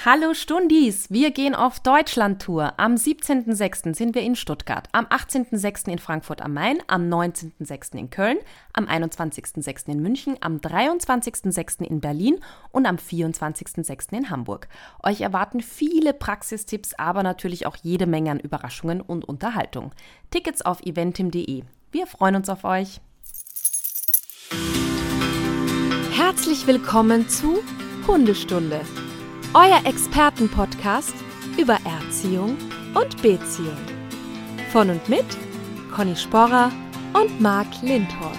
Hallo Stundis, wir gehen auf Deutschlandtour. Am 17.06. sind wir in Stuttgart, am 18.06. in Frankfurt am Main, am 19.06. in Köln, am 21.06. in München, am 23.06. in Berlin und am 24.06. in Hamburg. Euch erwarten viele Praxistipps, aber natürlich auch jede Menge an Überraschungen und Unterhaltung. Tickets auf eventim.de. Wir freuen uns auf euch. Herzlich willkommen zu Hundestunde. Euer Expertenpodcast über Erziehung und Beziehung. Von und mit Conny Sporrer und Marc Lindhorst.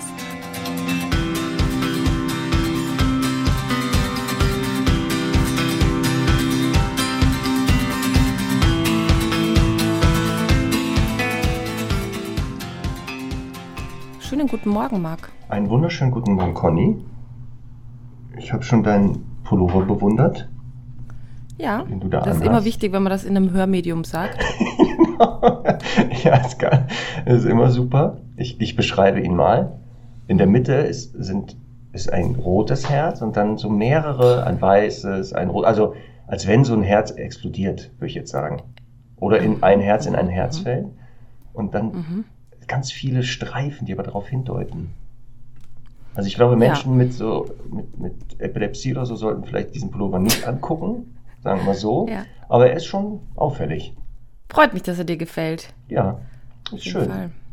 Schönen guten Morgen, Marc. Einen wunderschönen guten Morgen, Conny. Ich habe schon deinen Pullover bewundert. Ja, den du da das ist immer wichtig, wenn man das in einem Hörmedium sagt. Ja, das ist immer super. Ich beschreibe ihn mal. In der Mitte ist ein rotes Herz und dann so mehrere, ein weißes, ein rot, also als wenn so ein Herz explodiert, würde ich jetzt sagen. Oder in ein Herz in ein Herz fällt. Und dann ganz viele Streifen, die aber darauf hindeuten. Also ich glaube, Menschen mit Epilepsie oder so sollten vielleicht diesen Pullover nicht angucken. Sagen wir mal so. Ja. Aber er ist schon auffällig. Freut mich, dass er dir gefällt. Ja, ist schön.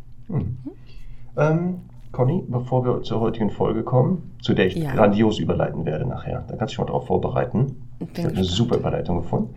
Conny, bevor wir zur heutigen Folge kommen, zu der ich grandios überleiten werde nachher, da kannst du dich mal drauf vorbereiten. Ich habe eine super Überleitung gefunden.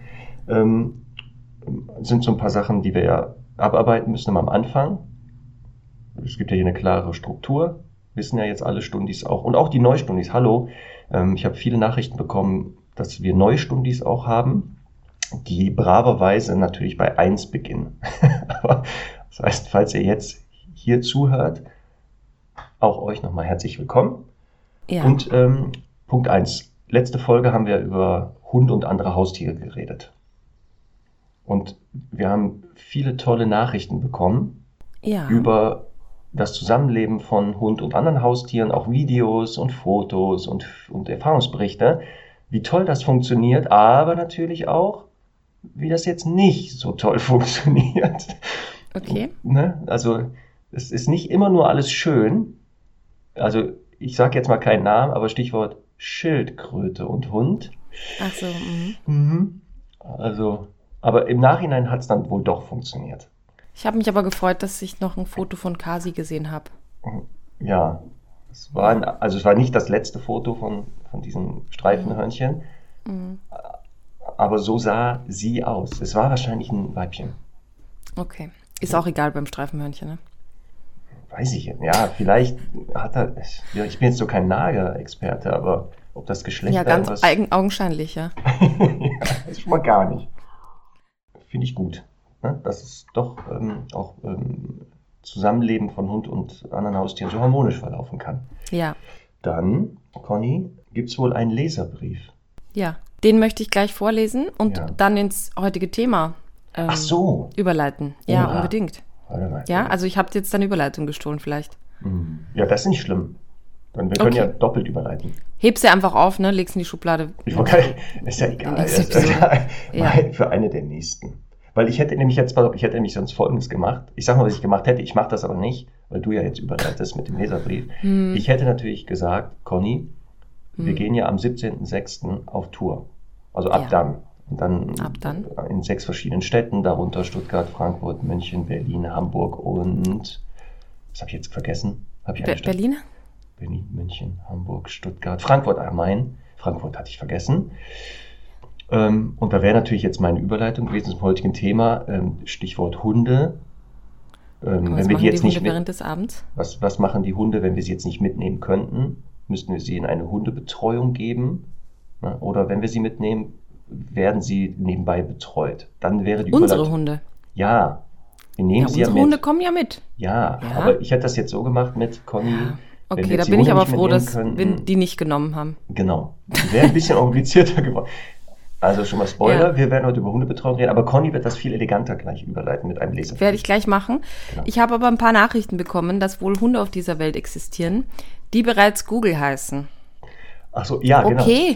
Sind so ein paar Sachen, die wir ja abarbeiten müssen am Anfang. Es gibt ja hier eine klare Struktur. Wissen ja jetzt alle Stundis auch. Und auch die Neustundis. Hallo. Ich habe viele Nachrichten bekommen, dass wir Neustundis auch haben, die braverweise natürlich bei 1 beginnen. Aber das heißt, falls ihr jetzt hier zuhört, auch euch nochmal herzlich willkommen. Ja. Und Punkt 1. Letzte Folge haben wir über Hunde und andere Haustiere geredet. Und wir haben viele tolle Nachrichten bekommen über das Zusammenleben von Hund und anderen Haustieren, auch Videos und Fotos und Erfahrungsberichte. Wie toll das funktioniert, aber natürlich auch, wie das jetzt nicht so toll funktioniert. Okay. Ne? Also es ist nicht immer nur alles schön. Also ich sage jetzt mal keinen Namen, aber Stichwort Schildkröte und Hund. Ach so. Also, aber im Nachhinein hat es dann wohl doch funktioniert. Ich habe mich aber gefreut, dass ich noch ein Foto von Kasi gesehen habe. Ja, es war nicht das letzte Foto von diesem Streifenhörnchen, aber so sah sie aus. Es war wahrscheinlich ein Weibchen. Okay, ist auch egal beim Streifenhörnchen, ne? Weiß ich, ja, vielleicht hat er, ich bin jetzt so kein Nager-Experte, aber ob das Geschlecht... Ja, ganz augenscheinlich, ja. Ja, das ist schon mal gar nicht. Finde ich gut, ne? Dass es doch auch Zusammenleben von Hund und anderen Haustieren so harmonisch verlaufen kann. Ja. Dann, Conny, gibt es wohl einen Leserbrief. Ja, den möchte ich gleich vorlesen und dann ins heutige Thema überleiten. Ja, unbedingt. Ja, also ich habe jetzt deine Überleitung gestohlen vielleicht. Ja, das ist nicht schlimm. Wir können ja doppelt überleiten. Heb sie einfach auf, ne? Leg's in die Schublade. Ist ja egal. Für eine der nächsten. Weil ich hätte nämlich sonst Folgendes gemacht. Ich sag mal, was ich gemacht hätte. Ich mache das aber nicht, weil du ja jetzt überleitest mit dem Leserbrief. Ich hätte natürlich gesagt, Conny, wir gehen ja am 17.06. auf Tour. Also ab dann. Und dann in 6 verschiedenen Städten, darunter Stuttgart, Frankfurt, München, Berlin, Hamburg und... Was habe ich jetzt vergessen? Berlin? Berlin, München, Hamburg, Stuttgart, Frankfurt am Main. Frankfurt hatte ich vergessen. Und da wäre natürlich jetzt meine Überleitung gewesen zum heutigen Thema, Stichwort Hunde. Was machen die Hunde während des Abends? Was machen die Hunde, wenn wir sie jetzt nicht mitnehmen könnten? Müssten wir sie in eine Hundebetreuung geben? Oder wenn wir sie mitnehmen, werden sie nebenbei betreut? Dann wäre die Unsere Hunde? Ja, wir nehmen sie ja mit. Unsere Hunde kommen ja mit. Ja, aber ich hätte das jetzt so gemacht mit Conny. Ja. Okay, da bin ich aber froh, dass wir die nicht genommen haben. Genau. Wäre ein bisschen komplizierter geworden. Also schon mal Spoiler, wir werden heute über Hundebetreuung reden, aber Conny wird das viel eleganter gleich überleiten mit einem Leserbrief. Werde ich gleich machen. Genau. Ich habe aber ein paar Nachrichten bekommen, dass wohl Hunde auf dieser Welt existieren, die bereits Google heißen. Ach so, ja, genau.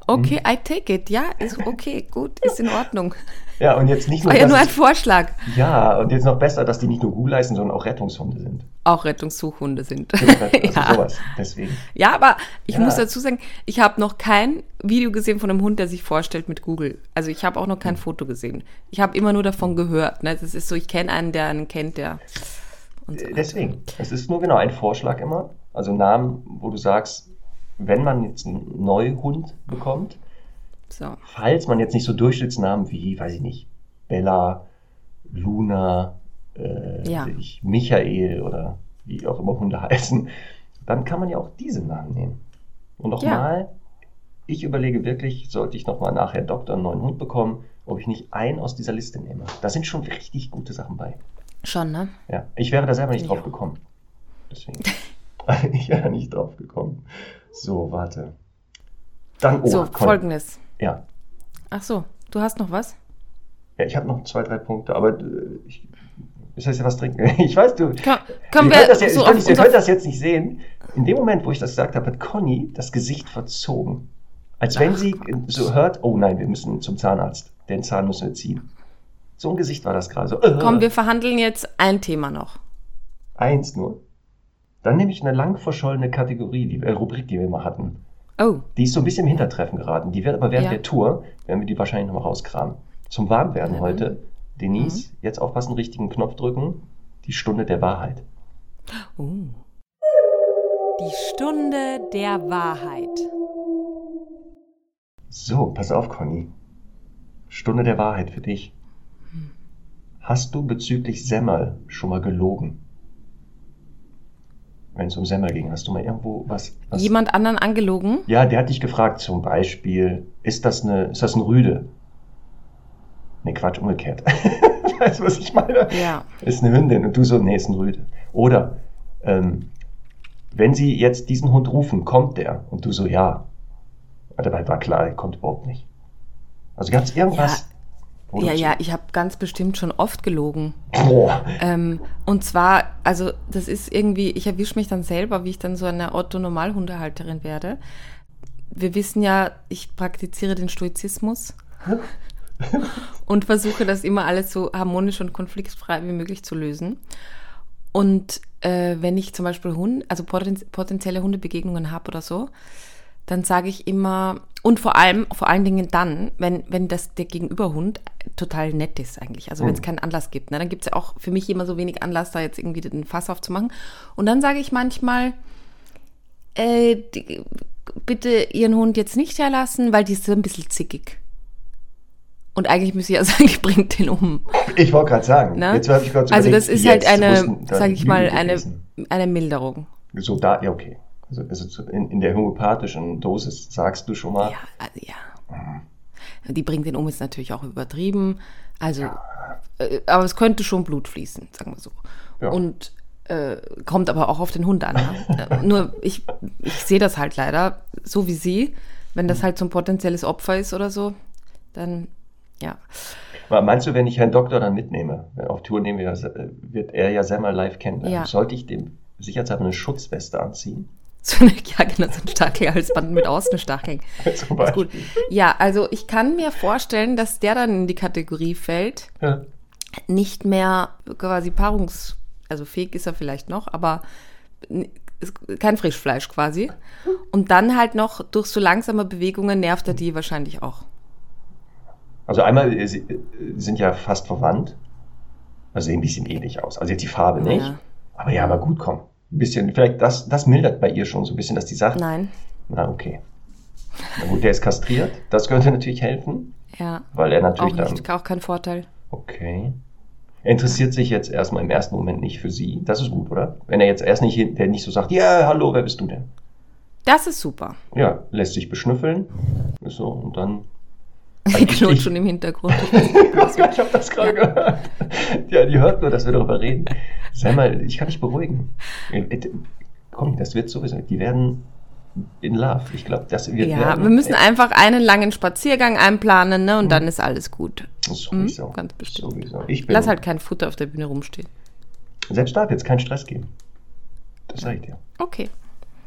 Okay, I take it. Ja, ist okay, gut, ist in Ordnung. Ja, und jetzt nicht nur. War ja nur ein Vorschlag. Ja, und jetzt noch besser, dass die nicht nur Ghoul heißen, sondern auch Rettungshunde sind. Auch Rettungssuchhunde sind. Also sowas, deswegen. Ja, aber ich muss dazu sagen, ich habe noch kein Video gesehen von einem Hund, der sich vorstellt mit Google. Also ich habe auch noch kein Foto gesehen. Ich habe immer nur davon gehört. Ne? Das ist so, ich kenne einen, der einen kennt, der. Und so deswegen. Es ist nur genau ein Vorschlag immer. Also Namen, wo du sagst, wenn man jetzt einen Neuhund bekommt, falls man jetzt nicht so Durchschnittsnamen wie, weiß ich nicht, Bella, Luna, Michael oder wie auch immer Hunde heißen, dann kann man ja auch diese Namen nehmen. Und nochmal, ich überlege wirklich, sollte ich nochmal nachher Doktor einen neuen Hund bekommen, ob ich nicht einen aus dieser Liste nehme. Da sind schon richtig gute Sachen bei. Schon, ne? Ja, ich wäre da selber nicht drauf gekommen. Deswegen. Ich wäre nicht drauf gekommen. So, warte. Dann, Folgendes. Ja. Ach so, du hast noch was? Ja, ich habe noch 2, 3 Punkte, aber das heißt ja was trinken. Ich weiß, ihr könnt das jetzt nicht sehen. In dem Moment, wo ich das gesagt habe, hat Conny das Gesicht verzogen. Als wenn sie so hört, oh nein, wir müssen zum Zahnarzt. Den Zahn müssen wir ziehen. So ein Gesicht war das gerade. So, Komm, wir verhandeln jetzt ein Thema noch. Eins nur. Dann nehme ich eine lang verschollene Kategorie, Rubrik, die wir immer hatten. Oh. Die ist so ein bisschen im Hintertreffen geraten. Die wird aber während der Tour, werden wir die wahrscheinlich nochmal rauskramen. Zum Warmwerden heute, Denise, jetzt aufpassen, richtigen Knopf drücken. Die Stunde der Wahrheit. Oh. Die Stunde der Wahrheit. So, pass auf, Conny. Stunde der Wahrheit für dich. Hast du bezüglich Semmel schon mal gelogen? Wenn es um Semmel ging, hast du mal irgendwo was? Jemand anderen angelogen? Ja, der hat dich gefragt, zum Beispiel, ist das ein Rüde? Nee, Quatsch, umgekehrt. Weißt du, was ich meine? Ja. Ist eine Hündin und du so, nee, ist ein Rüde. Oder, wenn sie jetzt diesen Hund rufen, kommt der? Und du so, ja. Dabei war klar, er kommt überhaupt nicht. Also gab es irgendwas? Ja, ich habe ganz bestimmt schon oft gelogen. Boah. Und zwar, also das ist irgendwie, ich erwische mich dann selber, wie ich dann so eine Otto-Normalhundehalterin werde. Wir wissen ja, ich praktiziere den Stoizismus und versuche das immer alles so harmonisch und konfliktfrei wie möglich zu lösen. Und wenn ich zum Beispiel potenzielle Hundebegegnungen habe oder so, dann sage ich immer, und vor allen Dingen dann, wenn der Gegenüberhund total nett ist eigentlich, also wenn es keinen Anlass gibt, ne, dann gibt es ja auch für mich immer so wenig Anlass, da jetzt irgendwie den Fass aufzumachen. Und dann sage ich manchmal, bitte Ihren Hund jetzt nicht herlassen, weil die ist so ein bisschen zickig. Und eigentlich müsste ich ja sagen, ich bringe den um. Ich wollte gerade sagen, ne? Jetzt habe ich gerade also das ist halt sage ich mal, eine Milderung. So, ja, okay. Also in der homöopathischen Dosis sagst du schon mal. Ja. Die bringt den um, ist natürlich auch übertrieben. Also, aber es könnte schon Blut fließen, sagen wir so. Ja. Und kommt aber auch auf den Hund an. Ne? Nur ich sehe das halt leider, so wie sie. Wenn das halt so ein potenzielles Opfer ist oder so, dann, ja. Aber meinst du, wenn ich Herrn Doktor dann mitnehme, auf Tour wird er ja Semmel live kennenlernen, sollte ich dem sicherheitshalber eine Schutzweste anziehen? So ein Stachelhalsband mit Außenstacheln. Zum Beispiel. Ist gut. Ja, also ich kann mir vorstellen, dass der dann in die Kategorie fällt, nicht mehr quasi also fähig ist er vielleicht noch, aber kein Frischfleisch quasi. Und dann halt noch durch so langsame Bewegungen nervt er die wahrscheinlich auch. Also einmal, sie sind ja fast verwandt, also sehen ein bisschen ähnlich aus. Also jetzt die Farbe nicht, aber gut, komm. Ein bisschen, vielleicht das mildert bei ihr schon so ein bisschen, dass die sagt. Nein. Na, okay. Na gut, der ist kastriert. Das könnte natürlich helfen. Ja. Weil er natürlich auch kein Vorteil. Okay. Er interessiert sich jetzt erstmal im ersten Moment nicht für sie. Das ist gut, oder? Wenn er jetzt erst nicht so sagt, ja, hallo, wer bist du denn? Das ist super. Ja, lässt sich beschnüffeln. So, und dann. Sie knurrt schon im Hintergrund. Ich habe das gerade gehört. Ja, die hört nur, dass wir darüber reden. Sag mal, ich kann dich beruhigen. Komm, das wird sowieso. Die werden in Love. Ich glaube, das wird. Ja, wir müssen einfach einen langen Spaziergang einplanen, ne? Und dann ist alles gut. Sowieso. Ganz bestimmt. Sowieso. Lass halt kein Futter auf der Bühne rumstehen. Selbst da wird es keinen Stress geben. Das sage ich dir. Okay.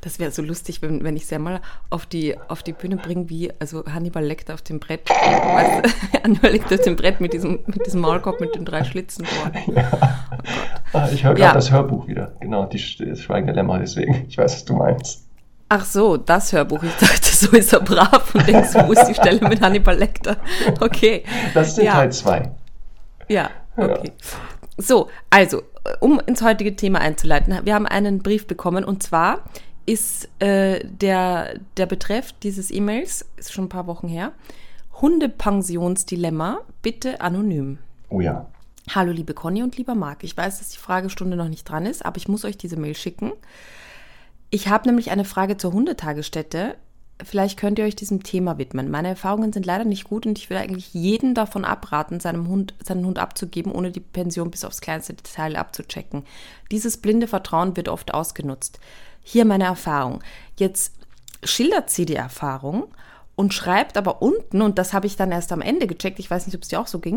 Das wäre so lustig, wenn ich sie einmal auf die Bühne bringe, wie also Hannibal Lecter auf dem Brett. Weißt du? Hannibal Lecter auf dem Brett mit diesem Maulkorb mit den 3 Schlitzen dran. Ja. Oh Gott. Ich höre gerade das Hörbuch wieder. Genau, das Schweigen der Lämmer, deswegen. Ich weiß, was du meinst. Ach so, das Hörbuch. Ich dachte, so ist er brav und denkst, wo ist die Stelle mit Hannibal Lecter? Okay. Das ist in Teil 2. Ja, okay. So, also, um ins heutige Thema einzuleiten, wir haben einen Brief bekommen und zwar ist der Betreff dieses E-Mails, ist schon ein paar Wochen her, Hundepensionsdilemma, bitte anonym. Oh ja. Hallo liebe Conny und lieber Marc, ich weiß, dass die Fragestunde noch nicht dran ist, aber ich muss euch diese Mail schicken. Ich habe nämlich eine Frage zur Hundetagesstätte. Vielleicht könnt ihr euch diesem Thema widmen. Meine Erfahrungen sind leider nicht gut und ich würde eigentlich jeden davon abraten, seinen Hund abzugeben, ohne die Pension bis aufs kleinste Detail abzuchecken. Dieses blinde Vertrauen wird oft ausgenutzt. Hier meine Erfahrung. Jetzt schildert sie die Erfahrung und schreibt aber unten, und das habe ich dann erst am Ende gecheckt, ich weiß nicht, ob es dir auch so ging,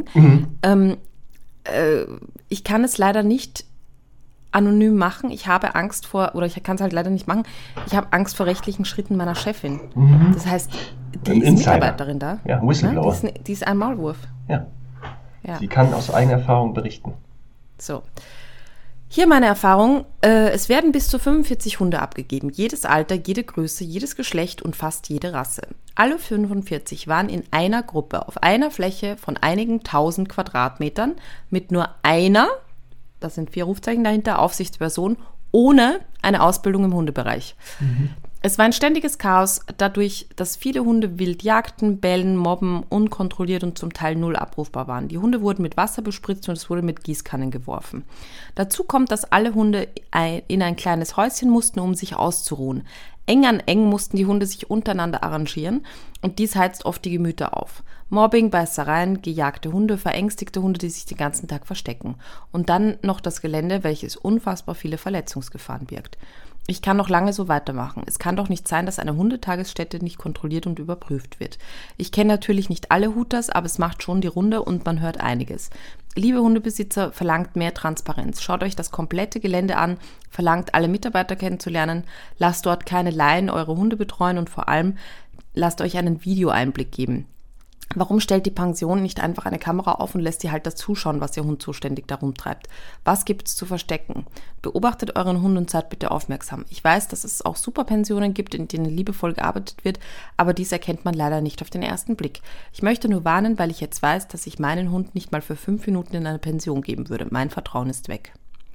ich kann es leider nicht anonym machen. Ich habe Angst oder ich kann es halt leider nicht machen, ich habe Angst vor rechtlichen Schritten meiner Chefin. Das heißt, die ist Mitarbeiterin da. Ja, Whistleblower. Die ist ein Maulwurf. Ja. Sie kann aus eigener Erfahrung berichten. So. Hier meine Erfahrung, es werden bis zu 45 Hunde abgegeben. Jedes Alter, jede Größe, jedes Geschlecht und fast jede Rasse. Alle 45 waren in einer Gruppe, auf einer Fläche von einigen 1000 Quadratmetern mit nur einer, das sind 4 Rufzeichen dahinter, Aufsichtsperson, ohne eine Ausbildung im Hundebereich. Es war ein ständiges Chaos, dadurch, dass viele Hunde wild jagten, bellen, mobben, unkontrolliert und zum Teil null abrufbar waren. Die Hunde wurden mit Wasser bespritzt und es wurde mit Gießkannen geworfen. Dazu kommt, dass alle Hunde in ein kleines Häuschen mussten, um sich auszuruhen. Eng an eng mussten die Hunde sich untereinander arrangieren und dies heizt oft die Gemüter auf. Mobbing, Beißereien, gejagte Hunde, verängstigte Hunde, die sich den ganzen Tag verstecken. Und dann noch das Gelände, welches unfassbar viele Verletzungsgefahren birgt. Ich kann noch lange so weitermachen. Es kann doch nicht sein, dass eine Hundetagesstätte nicht kontrolliert und überprüft wird. Ich kenne natürlich nicht alle Hutas, aber es macht schon die Runde und man hört einiges. Liebe Hundebesitzer, verlangt mehr Transparenz. Schaut euch das komplette Gelände an, verlangt alle Mitarbeiter kennenzulernen, lasst dort keine Laien eure Hunde betreuen und vor allem lasst euch einen Videoeinblick geben. Warum stellt die Pension nicht einfach eine Kamera auf und lässt die Halter zuschauen, was ihr Hund zuständig da rumtreibt? Was gibt's zu verstecken? Beobachtet euren Hund und seid bitte aufmerksam. Ich weiß, dass es auch Superpensionen gibt, in denen liebevoll gearbeitet wird, aber dies erkennt man leider nicht auf den ersten Blick. Ich möchte nur warnen, weil ich jetzt weiß, dass ich meinen Hund nicht mal für 5 Minuten in eine Pension geben würde. Mein Vertrauen ist weg.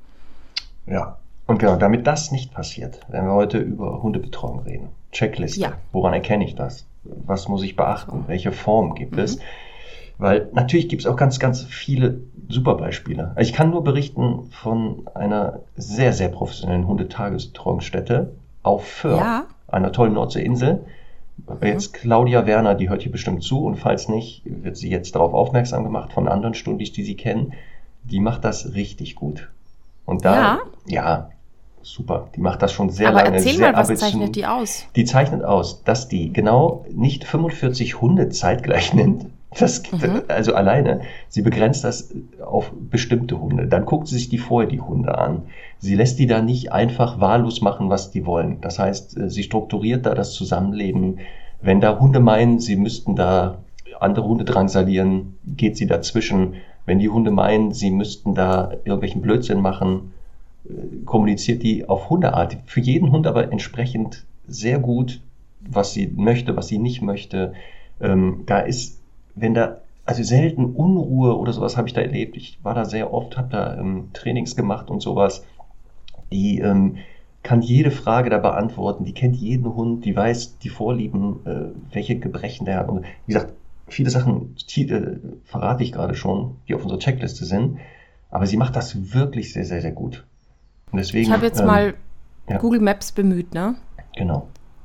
Ja, und genau, damit das nicht passiert, werden wir heute über Hundebetreuung reden. Checkliste. Ja. Woran erkenne ich das? Was muss ich beachten? Welche Form gibt es? Weil natürlich gibt es auch ganz, ganz viele Superbeispiele. Also ich kann nur berichten von einer sehr, sehr professionellen Hundetagesbetreuungsstätte auf Föhr, einer tollen Nordseeinsel. Jetzt Claudia Werner, die hört hier bestimmt zu und falls nicht, wird sie jetzt darauf aufmerksam gemacht von anderen Stundis, die sie kennen. Die macht das richtig gut. Und da, super. Die macht das schon sehr lange. Aber erzähl mal, was zeichnet die aus? Die zeichnet aus, dass die genau nicht 45 Hunde zeitgleich nimmt. Das gibt also alleine. Sie begrenzt das auf bestimmte Hunde. Dann guckt sie sich vorher die Hunde an. Sie lässt die da nicht einfach wahllos machen, was die wollen. Das heißt, sie strukturiert da das Zusammenleben. Wenn da Hunde meinen, sie müssten da andere Hunde drangsalieren, geht sie dazwischen. Wenn die Hunde meinen, sie müssten da irgendwelchen Blödsinn machen, kommuniziert die auf Hundeart. Für jeden Hund aber entsprechend sehr gut, was sie möchte, was sie nicht möchte. Da ist, also selten Unruhe oder sowas habe ich da erlebt. Ich war da sehr oft, habe da Trainings gemacht und sowas. Die kann jede Frage da beantworten. Die kennt jeden Hund, die weiß die Vorlieben, welche Gebrechen der hat. Und wie gesagt, viele Sachen verrate ich gerade schon, die auf unserer Checkliste sind. Aber sie macht das wirklich sehr, sehr, sehr gut. Und deswegen, ich habe jetzt mal Google Maps bemüht, ne? Genau.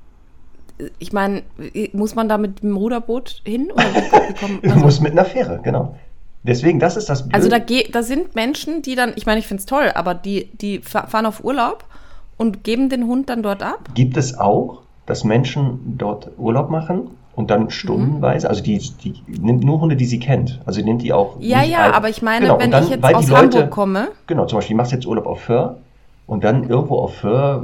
Ich meine, muss man da mit dem Ruderboot hin? Oder du musst mit einer Fähre, genau. Deswegen, das ist das Blöde. Also da sind Menschen, die dann, ich meine, ich finde es toll, aber die fahren auf Urlaub und geben den Hund dann dort ab? Gibt es auch, dass Menschen dort Urlaub machen und dann stundenweise, also die nimmt nur Hunde, die sie kennt. Also die nimmt die auch aber ich meine, wenn ich jetzt aus Hamburg komme. Genau, zum Beispiel, du machst jetzt Urlaub auf Föhr und dann irgendwo auf Föhr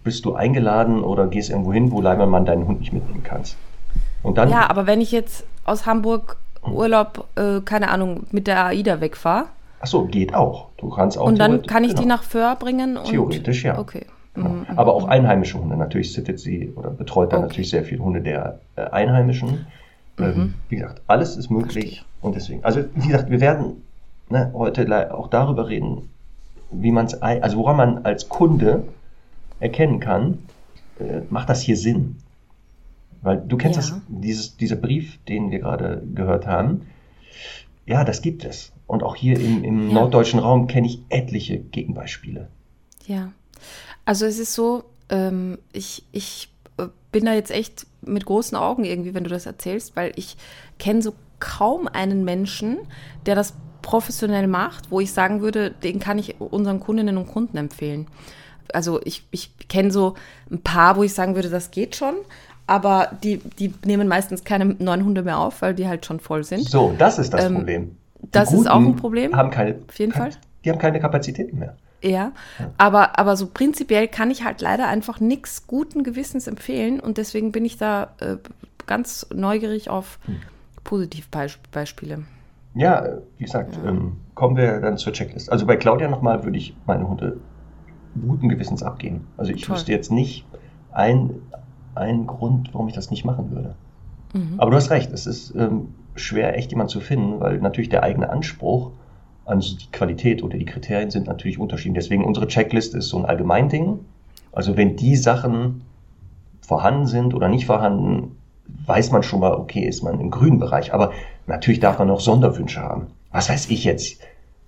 bist du eingeladen oder gehst irgendwo hin, wo Leibermann deinen Hund nicht mitnehmen kannst. Und dann, Ja, aber wenn ich jetzt aus Hamburg Urlaub, keine Ahnung, mit der AIDA wegfahre ach so, geht auch. Du kannst auch und dann theoretisch- kann ich die genau. nach Föhr bringen und Theoretisch, ja. Okay. Genau. Aber auch einheimische Hunde. Natürlich sittet sie oder betreut dann Okay. natürlich sehr viele Hunde der Einheimischen. Wie gesagt, alles ist möglich. Und deswegen, also wie gesagt, wir werden heute auch darüber reden, wie man es, also woran man als Kunde erkennen kann, macht das hier Sinn? Weil du kennst Ja. dieser Brief, den wir gerade gehört haben. Ja, das gibt es. Und auch hier im Ja. norddeutschen Raum kenne ich etliche Gegenbeispiele. Ja, also es ist so, ich bin da jetzt echt mit großen Augen irgendwie, wenn du das erzählst, weil ich kenne so kaum einen Menschen, der das professionell macht, wo ich sagen würde, den kann ich unseren Kundinnen und Kunden empfehlen. Also ich kenne so ein paar, wo ich sagen würde, das geht schon, aber die nehmen meistens keine neuen Hunde mehr auf, weil die halt schon voll sind. So, das ist das Problem. Die das ist auch Guten ein Problem, Haben keine, auf jeden Fall. Die haben keine Kapazitäten mehr. Ja, aber so prinzipiell kann ich halt leider einfach nichts guten Gewissens empfehlen und deswegen bin ich da ganz neugierig auf Positivbeispiele. Ja, wie gesagt, kommen wir dann zur Checklist. Also bei Claudia nochmal würde ich meine Hunde guten Gewissens abgeben. Also ich Toll. wüsste jetzt nicht einen Grund, warum ich das nicht machen würde. Aber du hast recht, es ist schwer, echt jemanden zu finden, weil natürlich der eigene Anspruch an die Qualität oder die Kriterien sind natürlich unterschiedlich. Deswegen unsere Checkliste ist so ein Allgemeinding. Also wenn die Sachen vorhanden sind oder nicht vorhanden, weiß man schon mal, okay, ist man im grünen Bereich. Aber natürlich darf man auch Sonderwünsche haben. Was weiß ich jetzt,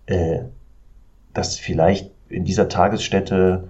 dass vielleicht in dieser Tagesstätte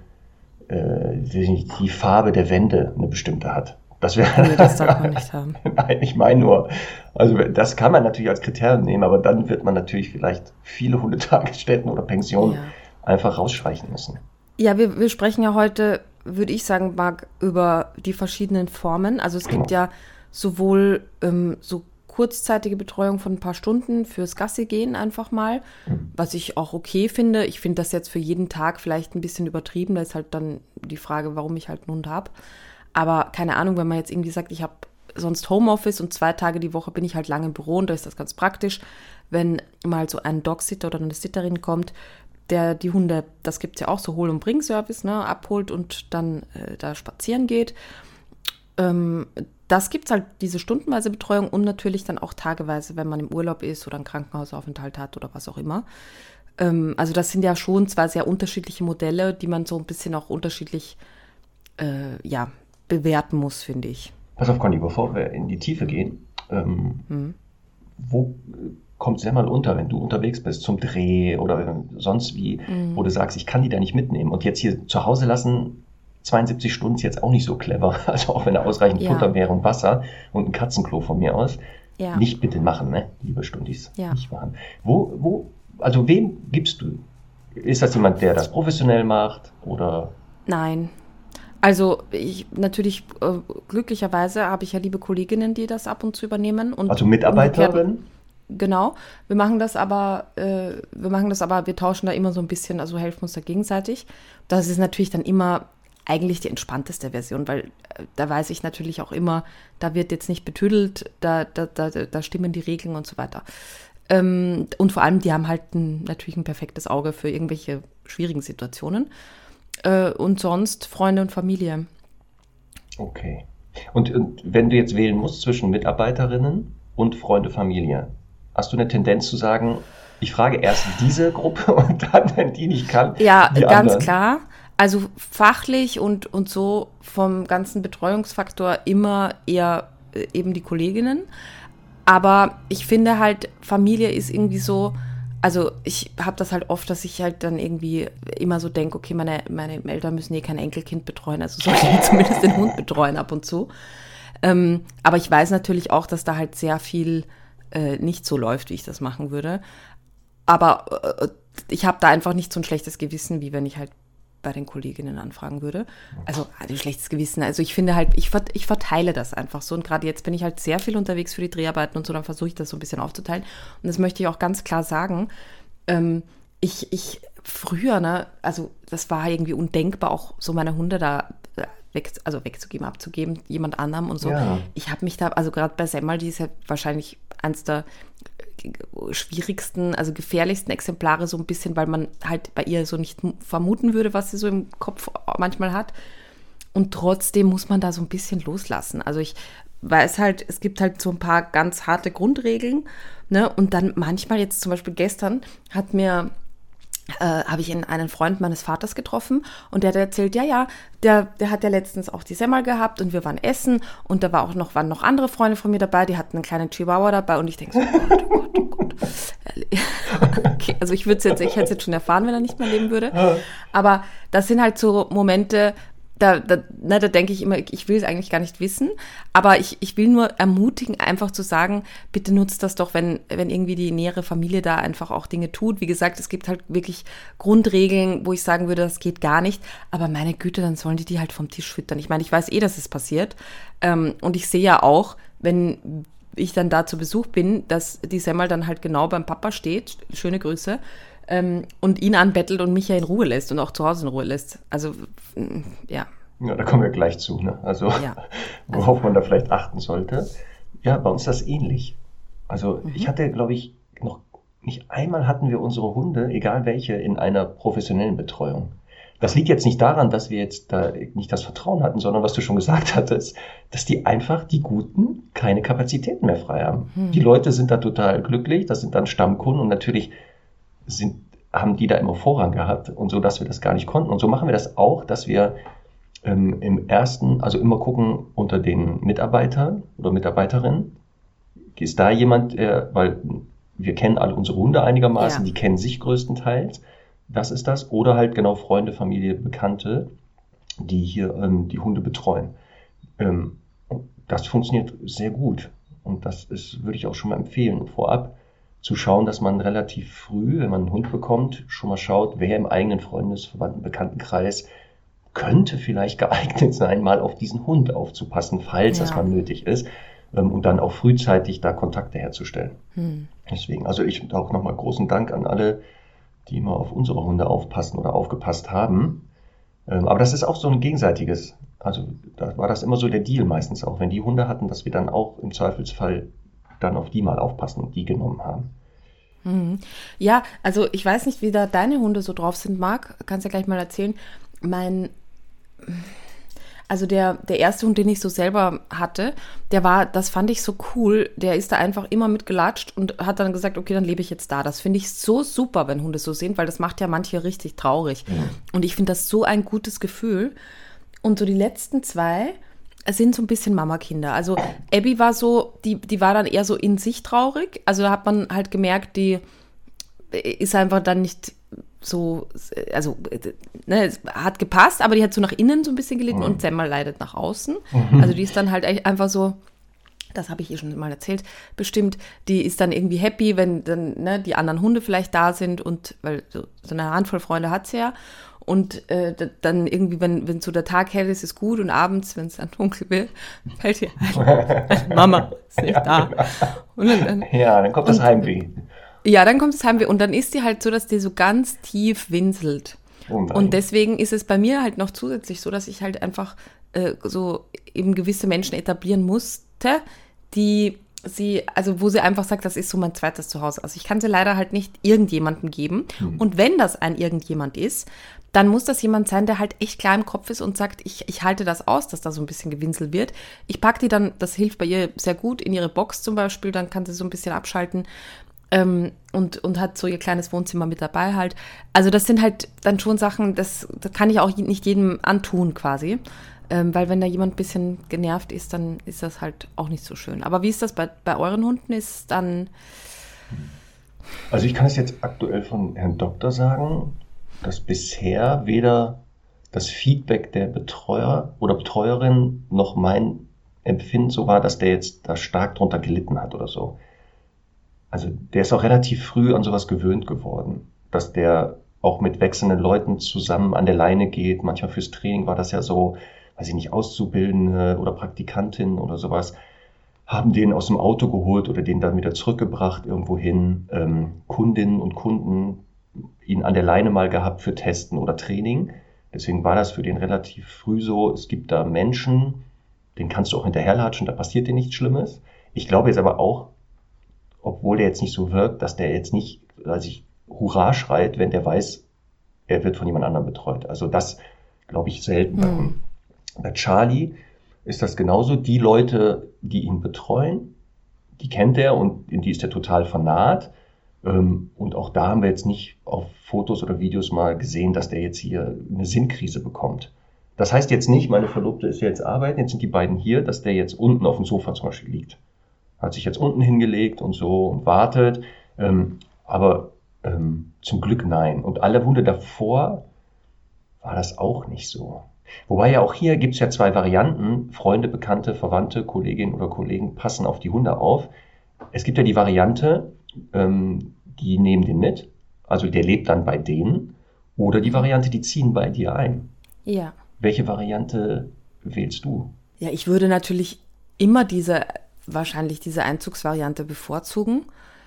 die Farbe der Wände eine bestimmte hat. Das wäre. Nee, das darf man nicht haben. Nein, ich meine nur, also das kann man natürlich als Kriterium nehmen, aber dann wird man natürlich vielleicht viele Hundetagesstätten oder Pensionen einfach rausstreichen müssen. Ja, wir sprechen ja heute, würde ich sagen, Marc, über die verschiedenen Formen. Also es gibt ja sowohl so kurzzeitige Betreuung von ein paar Stunden fürs Gassi gehen einfach mal, was ich auch okay finde. Ich finde das jetzt für jeden Tag vielleicht ein bisschen übertrieben. Da ist halt dann die Frage, warum ich halt einen Hund habe. Aber keine Ahnung, wenn man jetzt irgendwie sagt, ich habe sonst Homeoffice und 2 Tage die Woche bin ich halt lange im Büro und da ist das ganz praktisch, wenn mal so ein Dogsitter oder eine Sitterin kommt, der die Hunde, das gibt es ja auch, so Hol- und Bring-Service, ne, abholt und dann da spazieren geht. Das gibt es halt, diese stundenweise Betreuung und natürlich dann auch tageweise, wenn man im Urlaub ist oder einen Krankenhausaufenthalt hat oder was auch immer. Also das sind ja schon zwar sehr unterschiedliche Modelle, die man so ein bisschen auch unterschiedlich bewerten muss, finde ich. Pass auf, Conny, bevor wir in die Tiefe gehen, wo kommt es ja mal unter, wenn du unterwegs bist zum Dreh oder sonst wie, wo du sagst, ich kann die da nicht mitnehmen und jetzt hier zu Hause lassen, 72 Stunden ist jetzt auch nicht so clever, also auch wenn da ausreichend Futter wäre und Wasser und ein Katzenklo von mir aus, nicht bitte machen, ne, liebe Stundis, nicht machen. Also wem gibst du? Ist das jemand, der das professionell macht oder? Nein. Also natürlich, glücklicherweise habe ich ja liebe Kolleginnen, die das ab und zu übernehmen. Und also Mitarbeiterinnen? Genau. Wir machen das aber, wir tauschen da immer so ein bisschen, also helfen uns da gegenseitig. Das ist natürlich dann immer eigentlich die entspannteste Version, weil da weiß ich natürlich auch immer, da wird jetzt nicht betüdelt, da stimmen die Regeln und so weiter. Und vor allem, die haben halt natürlich ein perfektes Auge für irgendwelche schwierigen Situationen. Und sonst Freunde und Familie. Okay. Und wenn du jetzt wählen musst zwischen Mitarbeiterinnen und Freunde, Familie, hast du eine Tendenz zu sagen, ich frage erst diese Gruppe und dann, wenn die nicht kann, ja, die ganz anderen? klar. Also fachlich und so vom ganzen Betreuungsfaktor immer eher eben die Kolleginnen. Aber ich finde halt, Familie ist irgendwie so, also ich habe das halt oft, dass ich halt dann irgendwie immer so denke, okay, meine Eltern müssen kein Enkelkind betreuen, also sollte ich zumindest den Hund betreuen ab und zu. Aber ich weiß natürlich auch, dass da halt sehr viel nicht so läuft, wie ich das machen würde. Aber ich habe da einfach nicht so ein schlechtes Gewissen, wie wenn ich halt bei den Kolleginnen anfragen würde. Also ein schlechtes Gewissen. Also ich finde halt, ich verteile das einfach so. Und gerade jetzt bin ich halt sehr viel unterwegs für die Dreharbeiten und so, dann versuche ich das so ein bisschen aufzuteilen. Und das möchte ich auch ganz klar sagen. Ich früher, ne, also das war irgendwie undenkbar, auch so meine Hunde da wegzugeben, abzugeben, jemand anderem und so. Ja. Ich habe mich da, also gerade bei Semmel, die ist ja wahrscheinlich eins der schwierigsten, also gefährlichsten Exemplare so ein bisschen, weil man halt bei ihr so nicht vermuten würde, was sie so im Kopf manchmal hat. Und trotzdem muss man da so ein bisschen loslassen. Also ich weiß halt, es gibt halt so ein paar ganz harte Grundregeln, ne? Und dann manchmal, jetzt zum Beispiel gestern, habe ich einen Freund meines Vaters getroffen und der hat erzählt, der hat ja letztens auch die Semmel gehabt und wir waren essen und da waren noch andere Freunde von mir dabei, die hatten einen kleinen Chihuahua dabei und ich denke so, oh Gott. Okay, also ich hätte es jetzt schon erfahren, wenn er nicht mehr leben würde. Aber das sind halt so Momente, da denke ich immer, ich will es eigentlich gar nicht wissen, aber ich will nur ermutigen, einfach zu sagen, bitte nutzt das doch, wenn irgendwie die nähere Familie da einfach auch Dinge tut. Wie gesagt, es gibt halt wirklich Grundregeln, wo ich sagen würde, das geht gar nicht, aber meine Güte, dann sollen die halt vom Tisch füttern. Ich meine, ich weiß dass es passiert und ich sehe ja auch, wenn ich dann da zu Besuch bin, dass die Semmel dann halt genau beim Papa steht, schöne Grüße, und ihn anbettelt und mich ja in Ruhe lässt und auch zu Hause in Ruhe lässt. Also, ja. Ja, da kommen wir gleich zu, ne? Also, worauf man da vielleicht achten sollte. Ja, bei uns ist das ähnlich. Also, ich hatte, glaube ich, noch nicht einmal hatten wir unsere Hunde, egal welche, in einer professionellen Betreuung. Das liegt jetzt nicht daran, dass wir jetzt da nicht das Vertrauen hatten, sondern was du schon gesagt hattest, dass die Guten keine Kapazitäten mehr frei haben. Die Leute sind da total glücklich, das sind dann Stammkunden und natürlich haben die da immer Vorrang gehabt und so, dass wir das gar nicht konnten. Und so machen wir das auch, dass wir im ersten, also immer gucken unter den Mitarbeitern oder Mitarbeiterinnen, ist da jemand, weil wir kennen alle unsere Hunde einigermaßen, die kennen sich größtenteils, das ist das, oder halt genau Freunde, Familie, Bekannte, die hier die Hunde betreuen. Das funktioniert sehr gut und würde ich auch schon mal empfehlen, vorab zu schauen, dass man relativ früh, wenn man einen Hund bekommt, schon mal schaut, wer im eigenen Freundesverwandten, Bekanntenkreis könnte vielleicht geeignet sein, mal auf diesen Hund aufzupassen, falls das mal nötig ist, und dann auch frühzeitig da Kontakte herzustellen. Deswegen, also ich auch nochmal großen Dank an alle, die immer auf unsere Hunde aufpassen oder aufgepasst haben. Aber das ist auch so ein gegenseitiges, also da war das immer so der Deal meistens auch, wenn die Hunde hatten, dass wir dann auch im Zweifelsfall dann auf die mal aufpassen und die genommen haben. Ja, also ich weiß nicht, wie da deine Hunde so drauf sind, Marc. Kannst ja gleich mal erzählen. Also der erste Hund, den ich so selber hatte, das fand ich so cool, der ist da einfach immer mitgelatscht und hat dann gesagt, okay, dann lebe ich jetzt da. Das finde ich so super, wenn Hunde so sind, weil das macht ja manche richtig traurig. Und ich finde das so ein gutes Gefühl. Und so die letzten zwei sind so ein bisschen Mamakinder. Also Abby war so, die war dann eher so in sich traurig. Also da hat man halt gemerkt, die ist einfach dann nicht so, also es hat gepasst, aber die hat so nach innen so ein bisschen gelitten und Semmel leidet nach außen. Also die ist dann halt einfach so, das habe ich schon mal erzählt, bestimmt, die ist dann irgendwie happy, wenn dann die anderen Hunde vielleicht da sind und, weil so eine Handvoll Freunde hat sie ja. Und dann irgendwie, wenn so der Tag hell ist, ist gut und abends, wenn es dann dunkel wird, fällt ihr ein, Mama ist nicht da. Genau. Und dann kommt das Heimweh. Ja, dann kommt das Heimweh und dann ist die halt so, dass die so ganz tief winselt. Und deswegen ist es bei mir halt noch zusätzlich so, dass ich halt einfach so eben gewisse Menschen etablieren musste, wo sie einfach sagt, das ist so mein zweites Zuhause. Also ich kann sie leider halt nicht irgendjemandem geben. Und wenn das ein irgendjemand ist, dann muss das jemand sein, der halt echt klar im Kopf ist und sagt, ich halte das aus, dass da so ein bisschen gewinselt wird. Ich packe die dann, das hilft bei ihr sehr gut, in ihre Box zum Beispiel, dann kann sie so ein bisschen abschalten und hat so ihr kleines Wohnzimmer mit dabei halt. Also das sind halt dann schon Sachen, das kann ich auch nicht jedem antun quasi. Weil wenn da jemand ein bisschen genervt ist, dann ist das halt auch nicht so schön. Aber wie ist das bei euren Hunden? Ist dann... Also ich kann es jetzt aktuell von Herrn Doktor sagen, dass bisher weder das Feedback der Betreuer oder Betreuerin noch mein Empfinden so war, dass der jetzt da stark drunter gelitten hat oder so. Also der ist auch relativ früh an sowas gewöhnt geworden, dass der auch mit wechselnden Leuten zusammen an der Leine geht. Manchmal fürs Training war das ja so, weiß ich nicht, Auszubildende oder Praktikantin oder sowas, haben den aus dem Auto geholt oder den dann wieder zurückgebracht irgendwo hin. Kundinnen und Kunden ihn an der Leine mal gehabt für Testen oder Training. Deswegen war das für den relativ früh so, es gibt da Menschen, den kannst du auch hinterherlatschen, da passiert dir nichts Schlimmes. Ich glaube jetzt aber auch, obwohl der jetzt nicht so wirkt, dass der jetzt nicht, Hurra schreit, wenn der weiß, er wird von jemand anderem betreut. Also das glaube ich selten. Bei Charlie ist das genauso. Die Leute, die ihn betreuen, die kennt er und in die ist er total vernarrt. Und auch da haben wir jetzt nicht auf Fotos oder Videos mal gesehen, dass der jetzt hier eine Sinnkrise bekommt. Das heißt jetzt nicht, meine Verlobte ist jetzt arbeiten, jetzt sind die beiden hier, dass der jetzt unten auf dem Sofa zum Beispiel liegt. Hat sich jetzt unten hingelegt und so und wartet. Aber zum Glück nein. Und alle Hunde davor war das auch nicht so. Wobei ja auch hier gibt es ja 2 Varianten. Freunde, Bekannte, Verwandte, Kolleginnen oder Kollegen passen auf die Hunde auf. Es gibt ja die Variante, die nehmen den mit. Also der lebt dann bei denen. Oder die Variante, die ziehen bei dir ein. Ja. Welche Variante wählst du? Ja, ich würde natürlich immer wahrscheinlich diese Einzugsvariante bevorzugen.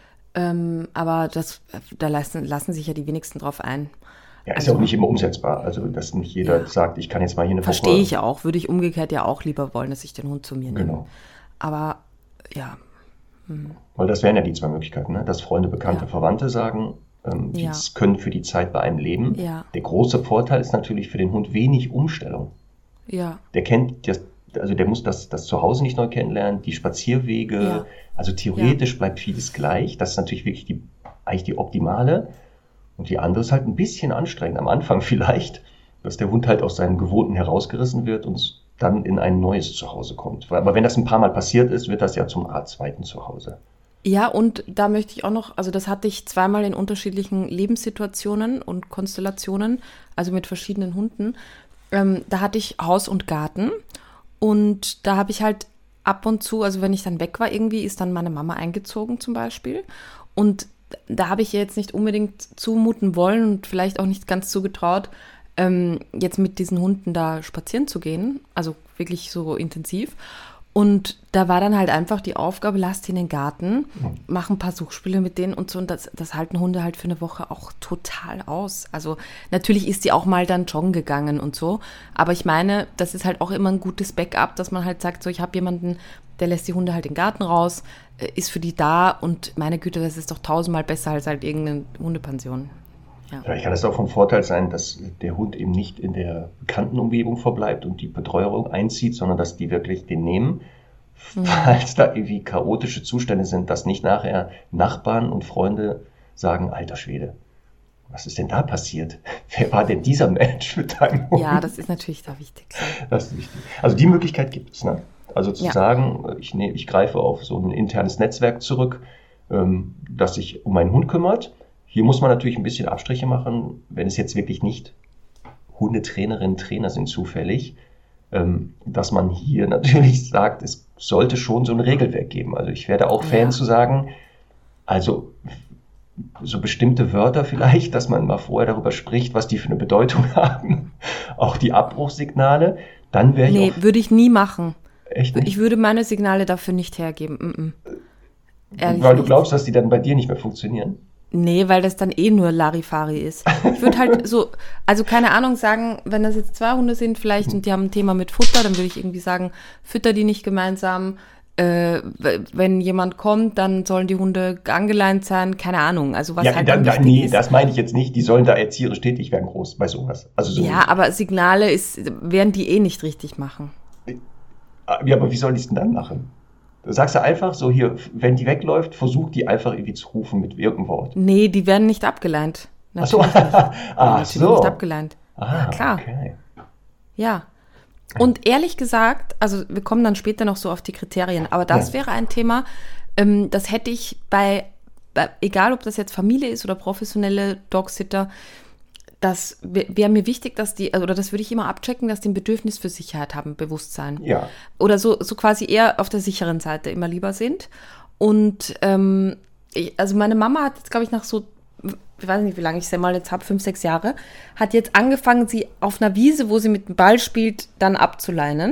Aber da lassen sich ja die wenigsten drauf ein. Ja, ist ja auch nicht immer umsetzbar. Also, dass nicht jeder sagt, ich kann jetzt mal hier eine Woche... Verstehe ich auch. Würde ich umgekehrt ja auch lieber wollen, dass ich den Hund zu mir nehme. Genau. Aber, ja. Weil das wären ja die 2 Möglichkeiten, ne? Dass Freunde, Bekannte, Verwandte sagen, die können für die Zeit bei einem leben. Ja. Der große Vorteil ist natürlich für den Hund wenig Umstellung. Ja. Der kennt der muss das Zuhause nicht neu kennenlernen, die Spazierwege, Ja. also theoretisch bleibt vieles gleich. Das ist natürlich wirklich eigentlich die optimale. Und die andere ist halt ein bisschen anstrengend am Anfang vielleicht, dass der Hund halt aus seinem Gewohnten herausgerissen wird und dann in ein neues Zuhause kommt. Aber wenn das ein paar Mal passiert ist, wird das ja zum Art zweiten Zuhause. Ja, und da möchte ich auch noch, also das hatte ich 2-mal in unterschiedlichen Lebenssituationen und Konstellationen, also mit verschiedenen Hunden. Da hatte ich Haus und Garten und da habe ich halt ab und zu, also wenn ich dann weg war irgendwie, ist dann meine Mama eingezogen zum Beispiel und da habe ich ihr jetzt nicht unbedingt zumuten wollen und vielleicht auch nicht ganz zugetraut, jetzt mit diesen Hunden da spazieren zu gehen, also wirklich so intensiv. Und da war dann halt einfach die Aufgabe, lass die in den Garten, mach ein paar Suchspiele mit denen und so. Und das halten Hunde halt für eine Woche auch total aus. Also natürlich ist sie auch mal dann joggen gegangen und so. Aber ich meine, das ist halt auch immer ein gutes Backup, dass man halt sagt, so ich habe jemanden, der lässt die Hunde halt in den Garten raus, ist für die da. Und meine Güte, das ist doch 1000-mal besser als halt irgendeine Hundepension. Ja. Vielleicht kann es auch von Vorteil sein, dass der Hund eben nicht in der bekannten Umgebung verbleibt und die Betreuung einzieht, sondern dass die wirklich den nehmen, falls da irgendwie chaotische Zustände sind, dass nicht nachher Nachbarn und Freunde sagen, alter Schwede, was ist denn da passiert? Wer war denn dieser Mensch mit deinem Hund? Ja, das ist natürlich da wichtig. Das ist wichtig. Also die Möglichkeit gibt es, ne? Also zu sagen, ich greife auf so ein internes Netzwerk zurück, das sich um meinen Hund kümmert. Hier muss man natürlich ein bisschen Abstriche machen, wenn es jetzt wirklich nicht Hundetrainerinnen, Trainer sind zufällig, dass man hier natürlich sagt, es sollte schon so ein Regelwerk geben. Also ich werde auch Fan zu sagen, also so bestimmte Wörter vielleicht, dass man mal vorher darüber spricht, was die für eine Bedeutung haben. Auch die Abbruchssignale. Dann wäre ich würde ich nie machen. Echt nicht? Ich würde meine Signale dafür nicht hergeben. Ehrlich weil du glaubst, dass die dann bei dir nicht mehr funktionieren? Nee, weil das dann nur Larifari ist. Ich würde halt so, also keine Ahnung sagen, wenn das jetzt 2 Hunde sind vielleicht und die haben ein Thema mit Futter, dann würde ich irgendwie sagen, fütter die nicht gemeinsam. Wenn jemand kommt, dann sollen die Hunde angeleint sein, keine Ahnung. Also was halt dann nee, ist. Das meine ich jetzt nicht. Die sollen da erzieherisch tätig werden, groß bei sowas. Also so ja, aber Signale werden die nicht richtig machen. Ja, aber wie soll die es denn dann machen? Du sagst ja einfach so hier, wenn die wegläuft, versuch die einfach irgendwie zu rufen mit irgendeinem Wort. Nee, die werden nicht abgeleint. Ach so. Natürlich nicht abgeleint. Ja, klar. Okay. Ja. Und ehrlich gesagt, also wir kommen dann später noch so auf die Kriterien, aber das wäre ein Thema, das hätte ich bei, egal ob das jetzt Familie ist oder professionelle Dogsitter, das wäre mir wichtig, dass oder das würde ich immer abchecken, dass die ein Bedürfnis für Sicherheit haben, Bewusstsein. Ja. Oder so quasi eher auf der sicheren Seite immer lieber sind. Und also meine Mama hat jetzt, glaube ich, nach so, ich weiß nicht, wie lange ich sie mal jetzt habe, 5, 6 Jahre, hat jetzt angefangen, sie auf einer Wiese, wo sie mit dem Ball spielt, dann abzuleinen.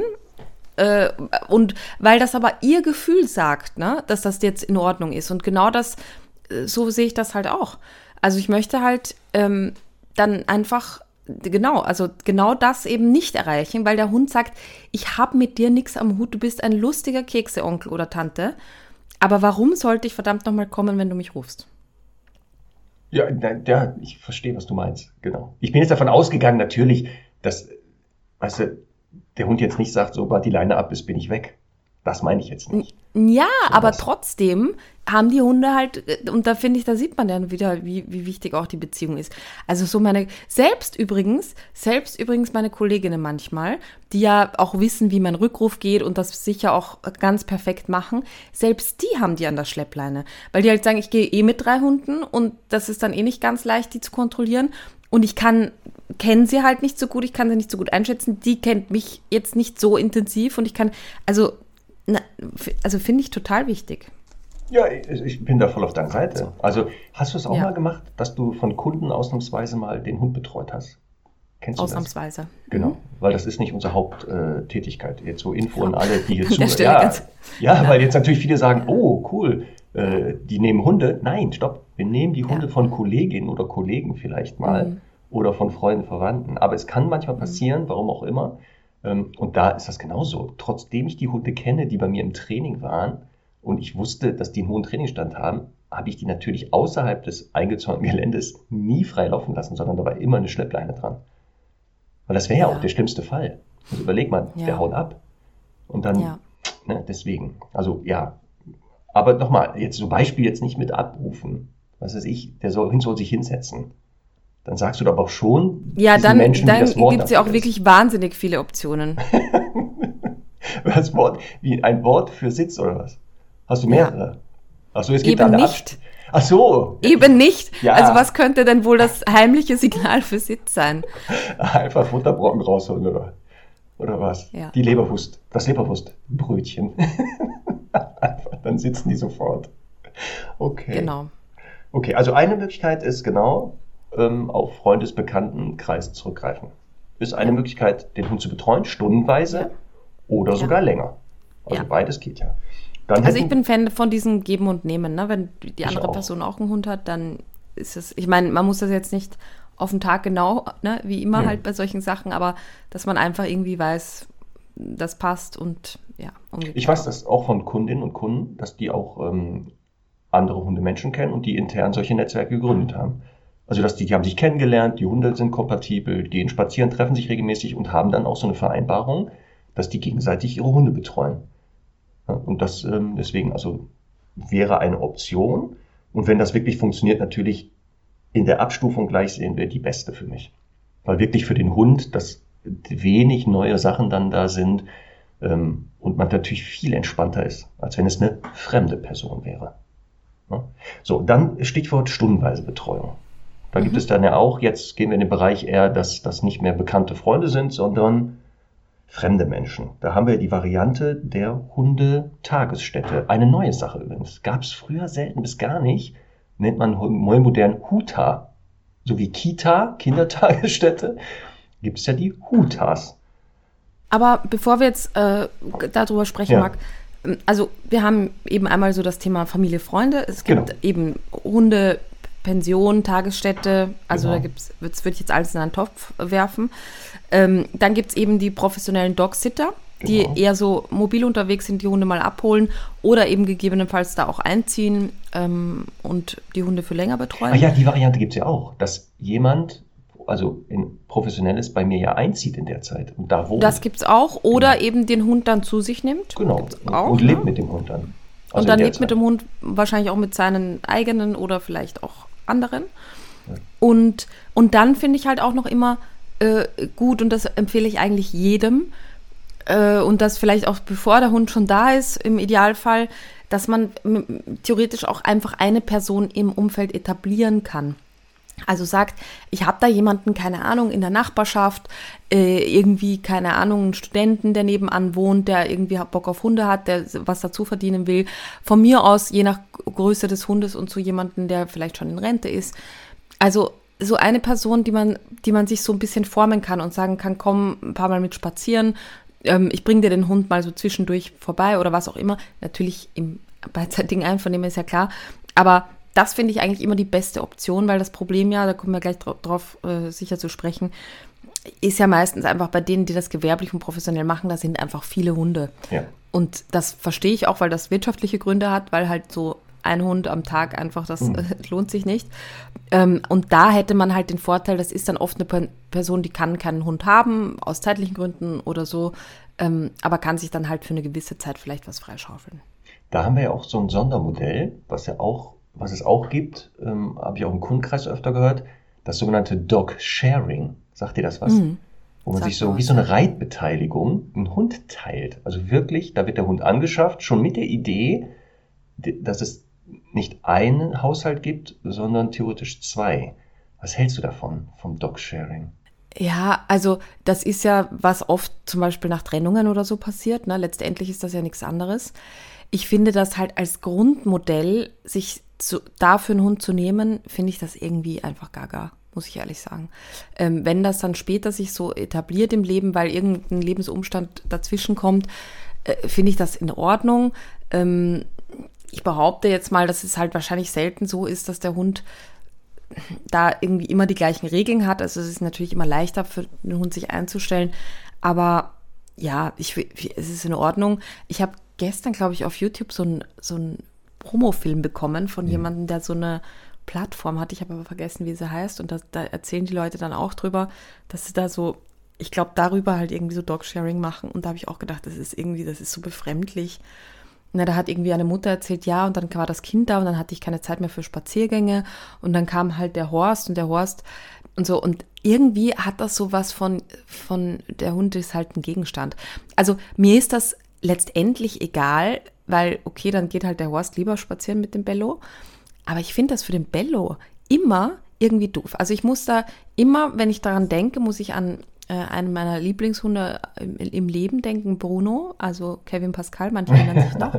Und weil das aber ihr Gefühl sagt, ne, dass das jetzt in Ordnung ist. Und genau das so sehe ich das halt auch. Also ich möchte halt dann einfach genau das eben nicht erreichen, weil der Hund sagt, ich habe mit dir nichts am Hut, du bist ein lustiger Kekse-Onkel oder Tante, aber warum sollte ich verdammt nochmal kommen, wenn du mich rufst? Ja, ich verstehe, was du meinst, genau. Ich bin jetzt davon ausgegangen, natürlich, dass, weißt du, der Hund jetzt nicht sagt, sobald die Leine ab ist, bin ich weg. Das meine ich jetzt nicht. Ja, So aber was. trotzdem haben die Hunde halt, und da finde ich, da sieht man dann wieder, wie wichtig auch die Beziehung ist. Also so selbst übrigens meine Kolleginnen manchmal, die ja auch wissen, wie mein Rückruf geht und das sicher auch ganz perfekt machen, selbst die haben die an der Schleppleine. Weil die halt sagen, ich gehe mit 3 Hunden und das ist dann nicht ganz leicht, die zu kontrollieren. Und ich kenne sie halt nicht so gut, ich kann sie nicht so gut einschätzen, die kennt mich jetzt nicht so intensiv und also finde ich total wichtig. Ja, ich bin da voll auf deiner Seite. Also hast du es auch Ja. mal gemacht, dass du von Kunden ausnahmsweise mal den Hund betreut hast? Kennst du das? Ausnahmsweise. Genau, weil das ist nicht unsere Haupttätigkeit. Jetzt so Info an alle, die hier An der zuhören. Stelle Ja, weil jetzt natürlich viele sagen, oh cool, die nehmen Hunde. Nein, stopp, wir nehmen die Hunde von Kolleginnen oder Kollegen vielleicht mal oder von Freunden, Verwandten. Aber es kann manchmal passieren, warum auch immer. Und da ist das genauso. Trotzdem ich die Hunde kenne, die bei mir im Training waren und ich wusste, dass die einen hohen Trainingsstand haben, habe ich die natürlich außerhalb des eingezäunten Geländes nie freilaufen lassen, sondern da war immer eine Schleppleine dran. Weil das wäre ja auch der schlimmste Fall. Also überleg mal, der haut ab. Und dann, deswegen. Also ja. Aber nochmal, jetzt so Beispiel jetzt nicht mit abrufen. Was weiß ich, der soll sich hinsetzen. Dann sagst du doch auch schon, ja, dann Menschen, gibt es ja auch wirklich wahnsinnig viele Optionen. Das Wort, wie ein Wort für Sitz oder was? Hast du mehrere? Ja. Achso, es gibt Eben eine nicht. Ach so. Eben nicht. Ja. Also was könnte denn wohl das heimliche Signal für Sitz sein? Einfach Futterbrocken rausholen oder was? Ja. Das Leberwurstbrötchen. Dann sitzen die sofort. Okay. Genau. Okay, also eine Möglichkeit ist genau, auf Freundesbekanntenkreis zurückgreifen. Ist eine Möglichkeit, den Hund zu betreuen, stundenweise oder sogar länger. Also beides geht ja. Also ich bin Fan von diesem Geben und Nehmen. Ne? Wenn die andere auch. Person auch einen Hund hat, dann ist es, ich meine, man muss das jetzt nicht auf den Tag genau, ne? Wie immer halt bei solchen Sachen, aber dass man einfach irgendwie weiß, das passt und umgekehrt. Ich weiß das auch von Kundinnen und Kunden, dass die auch andere Hundemenschen kennen und die intern solche Netzwerke gegründet haben. Also dass die haben sich kennengelernt, die Hunde sind kompatibel, die spazieren, treffen sich regelmäßig und haben dann auch so eine Vereinbarung, dass die gegenseitig ihre Hunde betreuen. Ja, und das deswegen also wäre eine Option. Und wenn das wirklich funktioniert, natürlich in der Abstufung gleich sehen wir die beste für mich. Weil wirklich für den Hund, dass wenig neue Sachen dann da sind und man natürlich viel entspannter ist, als wenn es eine fremde Person wäre. Ja. So, dann Stichwort stundenweise Betreuung. Da gibt es dann ja auch, jetzt gehen wir in den Bereich eher, dass das nicht mehr bekannte Freunde sind, sondern fremde Menschen. Da haben wir die Variante der Hundetagesstätte. Eine neue Sache übrigens. Gab es früher selten bis gar nicht. Nennt man neu modern Huta. So wie Kita, Kindertagesstätte, gibt es ja die Hutas. Aber bevor wir jetzt darüber sprechen, Marc, also wir haben eben einmal so das Thema Familie, Freunde. Es gibt eben Hunde, Pension, Tagesstätte, also da würde ich jetzt alles in einen Topf werfen. Dann gibt es eben die professionellen Dogsitter, die eher so mobil unterwegs sind, die Hunde mal abholen oder eben gegebenenfalls da auch einziehen und die Hunde für länger betreuen. Ah ja, die Variante gibt es ja auch, dass jemand, also ein Professionelles bei mir ja einzieht in der Zeit und da wohnt. Das gibt es auch oder eben den Hund dann zu sich nimmt. Genau, Gibt's auch, und lebt mit dem Hund dann. Also und dann lebt mit dem Hund wahrscheinlich auch mit seinen eigenen oder vielleicht auch anderen. Ja. Und dann finde ich halt auch noch immer gut, und das empfehle ich eigentlich jedem, und das vielleicht auch bevor der Hund schon da ist, im Idealfall, dass man theoretisch auch einfach eine Person im Umfeld etablieren kann. Also sagt, ich habe da jemanden, keine Ahnung, in der Nachbarschaft, irgendwie, keine Ahnung, einen Studenten, der nebenan wohnt, der irgendwie Bock auf Hunde hat, der was dazu verdienen will. Von mir aus, je nach Größe des Hundes und zu jemanden, der vielleicht schon in Rente ist. Also so eine Person, die man sich so ein bisschen formen kann und sagen kann, komm, ein paar Mal mit spazieren, ich bringe dir den Hund mal so zwischendurch vorbei oder was auch immer. Natürlich im beidseitigen Einvernehmen ist ja klar, aber das finde ich eigentlich immer die beste Option, weil das Problem ja, da kommen wir gleich drauf sicher zu sprechen, ist ja meistens einfach bei denen, die das gewerblich und professionell machen, da sind einfach viele Hunde. Ja. Und das verstehe ich auch, weil das wirtschaftliche Gründe hat, weil halt so ein Hund am Tag einfach, das lohnt sich nicht. Und da hätte man halt den Vorteil, das ist dann oft eine Person, die kann keinen Hund haben, aus zeitlichen Gründen oder so, aber kann sich dann halt für eine gewisse Zeit vielleicht was freischaufeln. Da haben wir ja auch so ein Sondermodell, was es auch gibt, habe ich auch im Kundenkreis öfter gehört, das sogenannte Dog Sharing. Sagt dir das was? Wo man sich so wie so eine Reitbeteiligung einen Hund teilt. Also wirklich, da wird der Hund angeschafft, schon mit der Idee, dass es nicht einen Haushalt gibt, sondern theoretisch 2. Was hältst du davon, vom Dog Sharing? Ja, also das ist ja, was oft zum Beispiel nach Trennungen oder so passiert, ne? Letztendlich ist das ja nichts anderes. Ich finde das halt als Grundmodell, sich dafür einen Hund zu nehmen, finde ich das irgendwie einfach gaga, muss ich ehrlich sagen. Wenn das dann später sich so etabliert im Leben, weil irgendein Lebensumstand dazwischen kommt, finde ich das in Ordnung. Ich behaupte jetzt mal, dass es halt wahrscheinlich selten so ist, dass der Hund da irgendwie immer die gleichen Regeln hat. Also es ist natürlich immer leichter für den Hund sich einzustellen. Aber ja, es ist in Ordnung. Ich habe gestern, glaube ich, auf YouTube so einen Promofilm bekommen von jemandem, der so eine Plattform hat. Ich habe aber vergessen, wie sie heißt. Und da erzählen die Leute dann auch drüber, dass sie da so, ich glaube, darüber halt irgendwie so Dog-Sharing machen. Und da habe ich auch gedacht, das ist so befremdlich. Na, da hat irgendwie eine Mutter erzählt, ja, und dann war das Kind da und dann hatte ich keine Zeit mehr für Spaziergänge und dann kam halt der Horst und so und irgendwie hat das sowas von der Hund ist halt ein Gegenstand. Also mir ist das letztendlich egal, weil okay, dann geht halt der Horst lieber spazieren mit dem Bello, aber ich finde das für den Bello immer irgendwie doof. Also ich muss da immer, wenn ich daran denke, muss ich an einen meiner Lieblingshunde im Leben denken, Bruno, also Kevin Pascal, manche erinnern sich noch.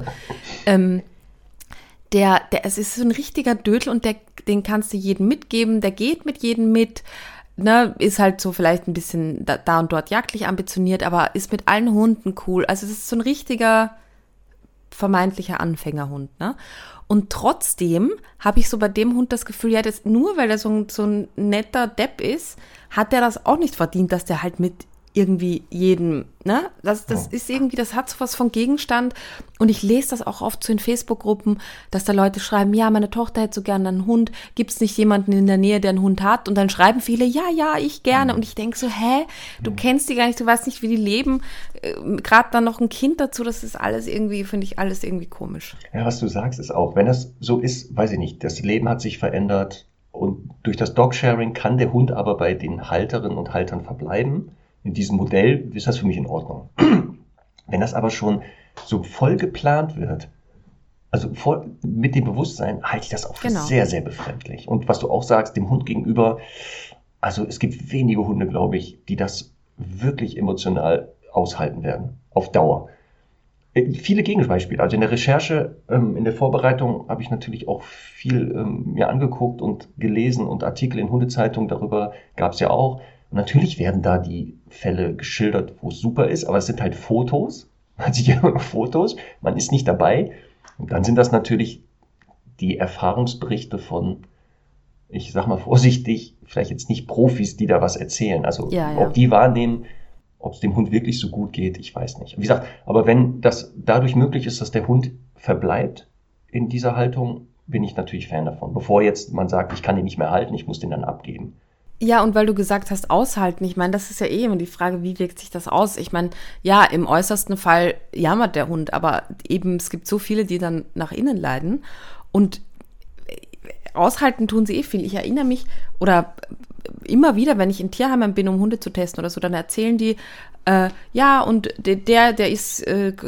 Es ist so ein richtiger Dödel und den kannst du jedem mitgeben, der geht mit jedem mit, ne, ist halt so vielleicht ein bisschen da und dort jagdlich ambitioniert, aber ist mit allen Hunden cool. Also es ist so ein richtiger vermeintlicher Anfängerhund, ne? Und trotzdem habe ich so bei dem Hund das Gefühl, ja, nur weil er so ein netter Depp ist, hat der das auch nicht verdient, dass der halt mit irgendwie jedem, ne? Das ist irgendwie, das hat so was von Gegenstand. Und ich lese das auch oft so in Facebook-Gruppen, dass da Leute schreiben, ja, meine Tochter hätte so gerne einen Hund. Gibt es nicht jemanden in der Nähe, der einen Hund hat? Und dann schreiben viele, ja, ich gerne. Und ich denke so, du kennst die gar nicht, du weißt nicht, wie die leben. Gerade dann noch ein Kind dazu, das ist alles irgendwie, finde ich, alles irgendwie komisch. Ja, was du sagst, ist auch, wenn das so ist, weiß ich nicht, das Leben hat sich verändert und durch das Dog-Sharing kann der Hund aber bei den Halterinnen und Haltern verbleiben. In diesem Modell ist das für mich in Ordnung. Wenn das aber schon so voll geplant wird, also mit dem Bewusstsein, halte ich das auch für sehr, sehr befremdlich. Und was du auch sagst, dem Hund gegenüber, also es gibt wenige Hunde, glaube ich, die das wirklich emotional aushalten werden, auf Dauer. Viele Gegenbeispiele. Also in der Recherche, in der Vorbereitung habe ich natürlich auch viel mir angeguckt und gelesen und Artikel in Hundezeitungen darüber gab es ja auch. Und natürlich werden da die Fälle geschildert, wo es super ist, aber es sind halt Fotos. Man sieht ja nur Fotos, man ist nicht dabei. Und dann sind das natürlich die Erfahrungsberichte von, ich sag mal vorsichtig, vielleicht jetzt nicht Profis, die da was erzählen. Also ob die wahrnehmen, ob es dem Hund wirklich so gut geht, ich weiß nicht. Wie gesagt, aber wenn das dadurch möglich ist, dass der Hund verbleibt in dieser Haltung, bin ich natürlich Fan davon. Bevor jetzt man sagt, ich kann den nicht mehr halten, ich muss den dann abgeben. Ja, und weil du gesagt hast, aushalten, ich meine, das ist ja immer die Frage, wie wirkt sich das aus? Ich meine, ja, im äußersten Fall jammert der Hund, aber eben es gibt so viele, die dann nach innen leiden und aushalten tun sie viel. Ich erinnere mich, oder immer wieder, wenn ich in Tierheimen bin, um Hunde zu testen oder so, dann erzählen die, ja, und der ist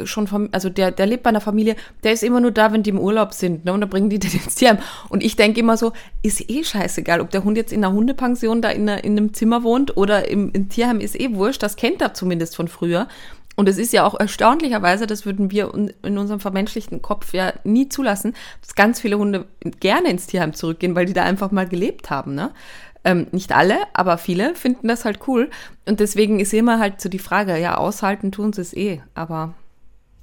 der lebt bei einer Familie, der ist immer nur da, wenn die im Urlaub sind, ne, und da bringen die den ins Tierheim. Und ich denke immer so, ist scheißegal, ob der Hund jetzt in einer Hundepension da in einem Zimmer wohnt oder im Tierheim, ist wurscht, das kennt er zumindest von früher. Und es ist ja auch erstaunlicherweise, das würden wir in unserem vermenschlichten Kopf ja nie zulassen, dass ganz viele Hunde gerne ins Tierheim zurückgehen, weil die da einfach mal gelebt haben, ne? Nicht alle, aber viele finden das halt cool. Und deswegen ist immer halt so die Frage, ja, aushalten tun sie es aber...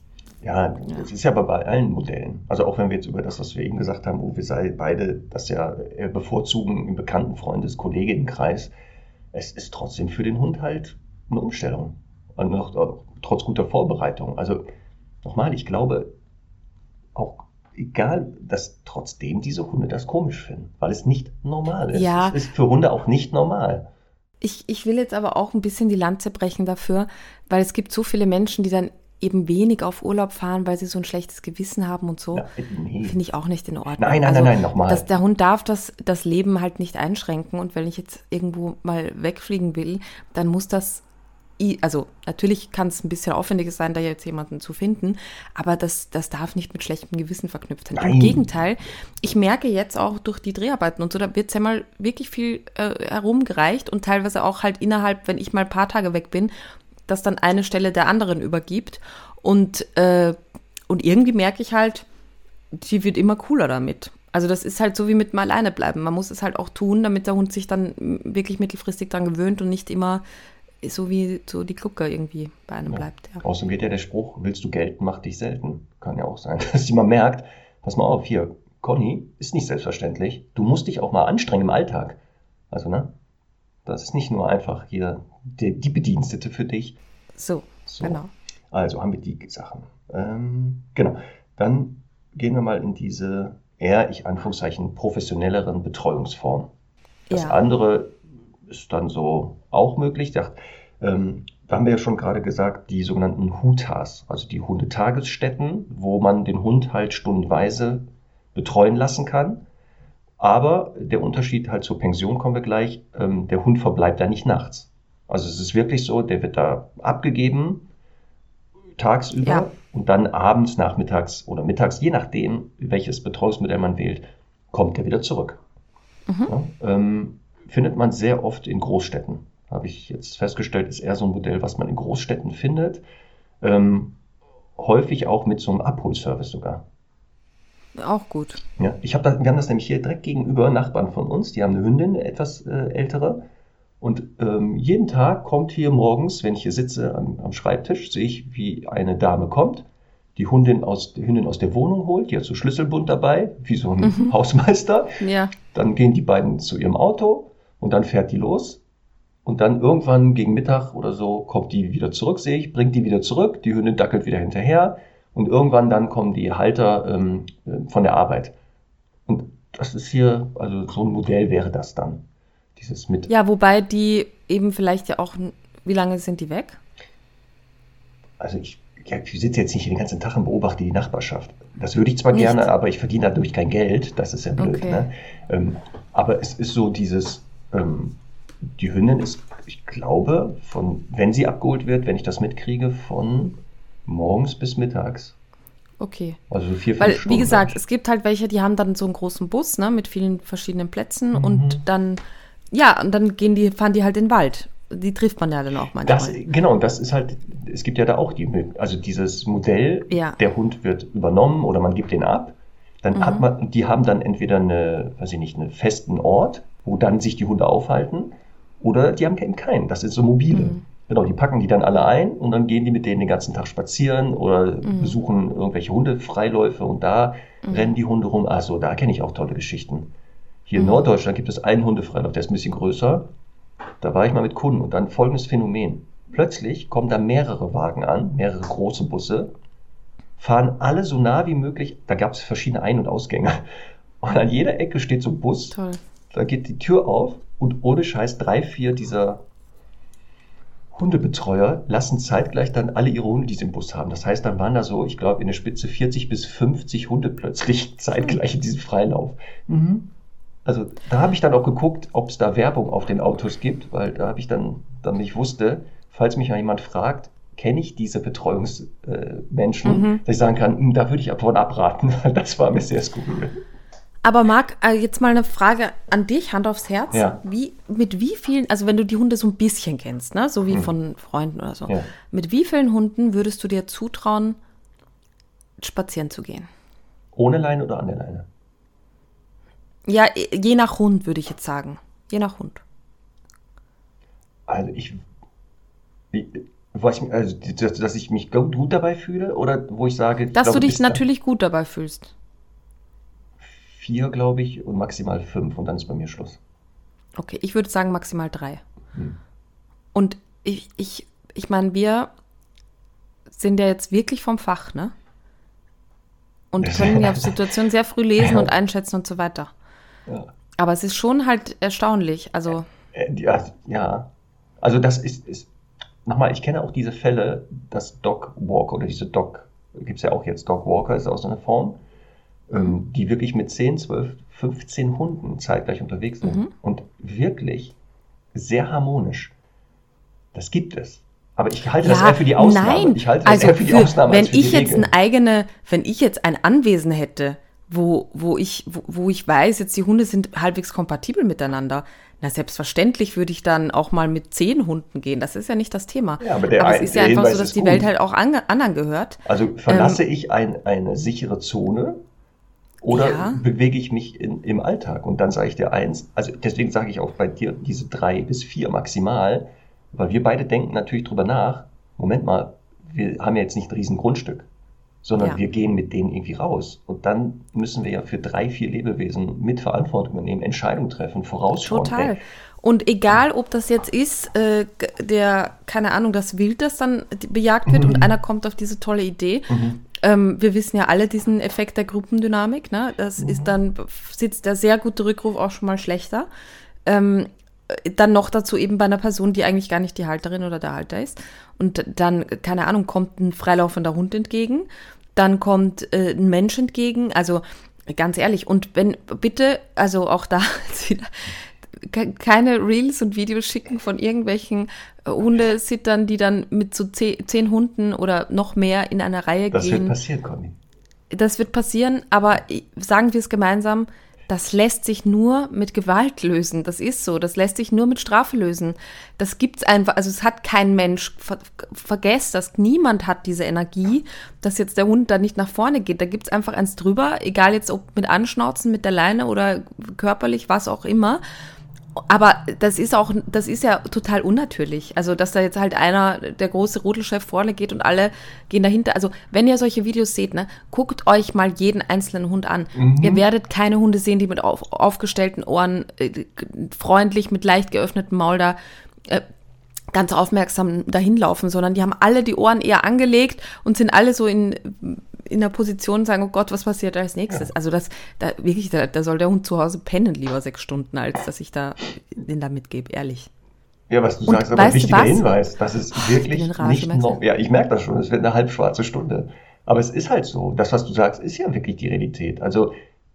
Ja, das ist ja aber bei allen Modellen. Also auch wenn wir jetzt über das, was wir eben gesagt haben, wo wir beide das ja bevorzugen im bekannten Freundes-, Kolleginnenkreis, es ist trotzdem für den Hund halt eine Umstellung. Und noch, trotz guter Vorbereitung. Also nochmal, ich glaube auch, egal, dass trotzdem diese Hunde das komisch finden, weil es nicht normal ist. Ja. Es ist für Hunde auch nicht normal. Ich will jetzt aber auch ein bisschen die Lanze brechen dafür, weil es gibt so viele Menschen, die dann eben wenig auf Urlaub fahren, weil sie so ein schlechtes Gewissen haben und so. Nee. Finde ich auch nicht in Ordnung. Nein, nochmal. Der Hund darf das Leben halt nicht einschränken, und wenn ich jetzt irgendwo mal wegfliegen will, dann muss das, also natürlich kann es ein bisschen aufwendiger sein, da jetzt jemanden zu finden, aber das darf nicht mit schlechtem Gewissen verknüpft sein. Nein. Im Gegenteil, ich merke jetzt auch durch die Dreharbeiten und so, da wird es ja mal wirklich viel herumgereicht und teilweise auch halt innerhalb, wenn ich mal ein paar Tage weg bin, dass dann eine Stelle der anderen übergibt, und irgendwie merke ich halt, die wird immer cooler damit. Also das ist halt so wie mit mal alleine bleiben. Man muss es halt auch tun, damit der Hund sich dann wirklich mittelfristig dran gewöhnt und nicht immer so wie so die Glucke irgendwie bei einem bleibt. Ja. Außerdem geht ja der Spruch, willst du gelten, mach dich selten. Kann ja auch sein, dass jemand merkt, pass mal auf, hier, Conny, ist nicht selbstverständlich. Du musst dich auch mal anstrengen im Alltag. Also, ne? Das ist nicht nur einfach hier die Bedienstete für dich. So, genau. Also haben wir die Sachen. Genau. Dann gehen wir mal in diese eher, Anführungszeichen, professionelleren Betreuungsform. Das andere ist dann so auch möglich. Da haben wir ja schon gerade gesagt, die sogenannten Hutas, also die Hundetagesstätten, wo man den Hund halt stundenweise betreuen lassen kann. Aber der Unterschied halt zur Pension, kommen wir gleich, der Hund verbleibt da nicht nachts. Also es ist wirklich so, der wird da abgegeben, tagsüber, und dann abends, nachmittags oder mittags, je nachdem, welches Betreuungsmodell man wählt, kommt er wieder zurück. Ja, findet man sehr oft in Großstädten. Habe ich jetzt festgestellt, ist eher so ein Modell, was man in Großstädten findet. Häufig auch mit so einem Abholservice sogar. Auch gut. Ja, wir haben das nämlich hier direkt gegenüber, Nachbarn von uns, die haben eine Hündin, eine etwas ältere. Und jeden Tag kommt hier morgens, wenn ich hier sitze am Schreibtisch, sehe ich, wie eine Dame kommt, die Hündin aus der Wohnung holt, die hat so Schlüsselbund dabei, wie so ein Hausmeister. Ja. Dann gehen die beiden zu ihrem Auto und dann fährt die los. Und dann irgendwann gegen Mittag oder so kommt die wieder zurück, sehe ich, bringt die wieder zurück, die Hündin dackelt wieder hinterher. Und irgendwann dann kommen die Halter von der Arbeit. Und das ist hier, also so ein Modell wäre das dann. Dieses mit. Ja, wobei die eben vielleicht ja auch, wie lange sind die weg? Also ich sitze jetzt nicht den ganzen Tag und beobachte die Nachbarschaft. Das würde ich zwar gerne, aber ich verdiene dadurch kein Geld. Das ist ja blöd. Okay. Ne? Aber es ist so dieses, die Hündin ist, ich glaube, wenn sie abgeholt wird, wenn ich das mitkriege, von morgens bis mittags. Okay. Also so 4-5 Weil, Stunden. wie gesagt, es gibt halt welche, die haben dann so einen großen Bus, ne, mit vielen verschiedenen Plätzen, und dann, und dann fahren die halt in den Wald. Die trifft man ja dann auch manchmal. Genau, das ist halt, es gibt ja da auch also dieses Modell, der Hund wird übernommen oder man gibt den ab, dann die haben dann entweder einen festen Ort, wo dann sich die Hunde aufhalten, oder die haben eben keinen, das ist so mobile. Genau, die packen die dann alle ein und dann gehen die mit denen den ganzen Tag spazieren oder besuchen irgendwelche Hundefreiläufe und da rennen die Hunde rum. Also da kenne ich auch tolle Geschichten. Hier in Norddeutschland gibt es einen Hundefreilauf, der ist ein bisschen größer. Da war ich mal mit Kunden und dann folgendes Phänomen. Plötzlich kommen da mehrere Wagen an, mehrere große Busse, fahren alle so nah wie möglich. Da gab es verschiedene Ein- und Ausgänge. Und an jeder Ecke steht so ein Bus. Toll. Da geht die Tür auf und ohne Scheiß 3-4 dieser Hundebetreuer lassen zeitgleich dann alle ihre Hunde, die sie im Bus haben. Das heißt, dann waren da so, ich glaube, in der Spitze 40 bis 50 Hunde plötzlich zeitgleich in diesem Freilauf. Also da habe ich dann auch geguckt, ob es da Werbung auf den Autos gibt, weil da habe ich dann nicht wusste, falls mich mal jemand fragt, kenne ich diese Betreuungsmenschen, dass ich sagen kann, da würde ich davon abraten, weil das war mir sehr skurril. Aber Marc, jetzt mal eine Frage an dich, Hand aufs Herz. Ja. Mit wie vielen, also wenn du die Hunde so ein bisschen kennst, ne, so wie von Freunden oder so, Ja. mit wie vielen Hunden würdest du dir zutrauen, spazieren zu gehen? Ohne Leine oder an der Leine? Ja, je nach Hund, würde ich jetzt sagen. Je nach Hund. Also dass ich mich gut dabei fühle oder wo ich sage, Dass du dich natürlich gut dabei fühlst. 4, glaube ich, und maximal 5 und dann ist bei mir Schluss. Okay, ich würde sagen maximal 3. Und ich meine, wir sind ja jetzt wirklich vom Fach, ne? Und können ja Situationen sehr früh lesen und einschätzen und so weiter. Ja. Aber es ist schon halt erstaunlich. Also ja. Also das ist nochmal, ich kenne auch diese Fälle, dass Dog Walker oder diese Dog, gibt es ja auch jetzt, Dog Walker ist auch so eine Form, die wirklich mit 10, 12, 15 Hunden zeitgleich unterwegs sind und wirklich sehr harmonisch. Das gibt es. Aber ich halte das eher für die Ausnahme. Nein, ich halte das eher für die Ausnahme wenn als für die Regel. Wenn ich jetzt ein Anwesen hätte, wo ich weiß, jetzt die Hunde sind halbwegs kompatibel miteinander, na selbstverständlich würde ich dann auch mal mit 10 Hunden gehen. Das ist ja nicht das Thema. Ja, aber es ist ja einfach so, dass die Welt halt auch anderen gehört. Also verlasse ich eine sichere Zone oder bewege ich mich im Alltag? Und dann sage ich dir eins, also deswegen sage ich auch bei dir diese 3 bis 4 maximal, weil wir beide denken natürlich drüber nach, Moment mal, wir haben ja jetzt nicht ein riesen Grundstück, sondern wir gehen mit denen irgendwie raus. Und dann müssen wir ja für 3, 4 Lebewesen mit Verantwortung übernehmen, Entscheidungen treffen, vorausschauen. Total. Und egal, ob das jetzt ist, keine Ahnung, das Wild, das dann bejagt wird und einer kommt auf diese tolle Idee. Wir wissen ja alle diesen Effekt der Gruppendynamik, ne? Das ist dann, sitzt der sehr gute Rückruf auch schon mal schlechter. Dann noch dazu eben bei einer Person, die eigentlich gar nicht die Halterin oder der Halter ist. Und dann, keine Ahnung, kommt ein freilaufender Hund entgegen, dann kommt ein Mensch entgegen. Also ganz ehrlich, und wenn bitte, also auch da keine Reels und Videos schicken von irgendwelchen Hundesittern, die dann mit so 10 Hunden oder noch mehr in einer Reihe gehen. Das wird passieren, Conny. Das wird passieren, aber sagen wir es gemeinsam, das lässt sich nur mit Gewalt lösen. Das ist so. Das lässt sich nur mit Strafe lösen. Das gibt's einfach. Also es hat kein Mensch. Vergesst das. Niemand hat diese Energie, dass jetzt der Hund da nicht nach vorne geht. Da gibt's einfach eins drüber. Egal jetzt ob mit Anschnauzen, mit der Leine oder körperlich, was auch immer. Aber das ist ja total unnatürlich. Also, dass da jetzt halt der große Rudelchef vorne geht und alle gehen dahinter. Also, wenn ihr solche Videos seht, ne, guckt euch mal jeden einzelnen Hund an. Ihr werdet keine Hunde sehen, die mit aufgestellten Ohren, freundlich, mit leicht geöffnetem Maul da ganz aufmerksam dahin laufen, sondern die haben alle die Ohren eher angelegt und sind alle so in der Position und sagen, oh Gott, was passiert als nächstes? Ja. Also da soll der Hund zu Hause pennen, lieber 6 Stunden, als dass ich den da mitgebe, ehrlich. Ja, was du sagst, aber ein wichtiger Hinweis, das ist wirklich nicht noch. Ja, ich merke das schon, es wird eine halbschwarze Stunde. Aber es ist halt so, das, was du sagst, ist ja wirklich die Realität. Also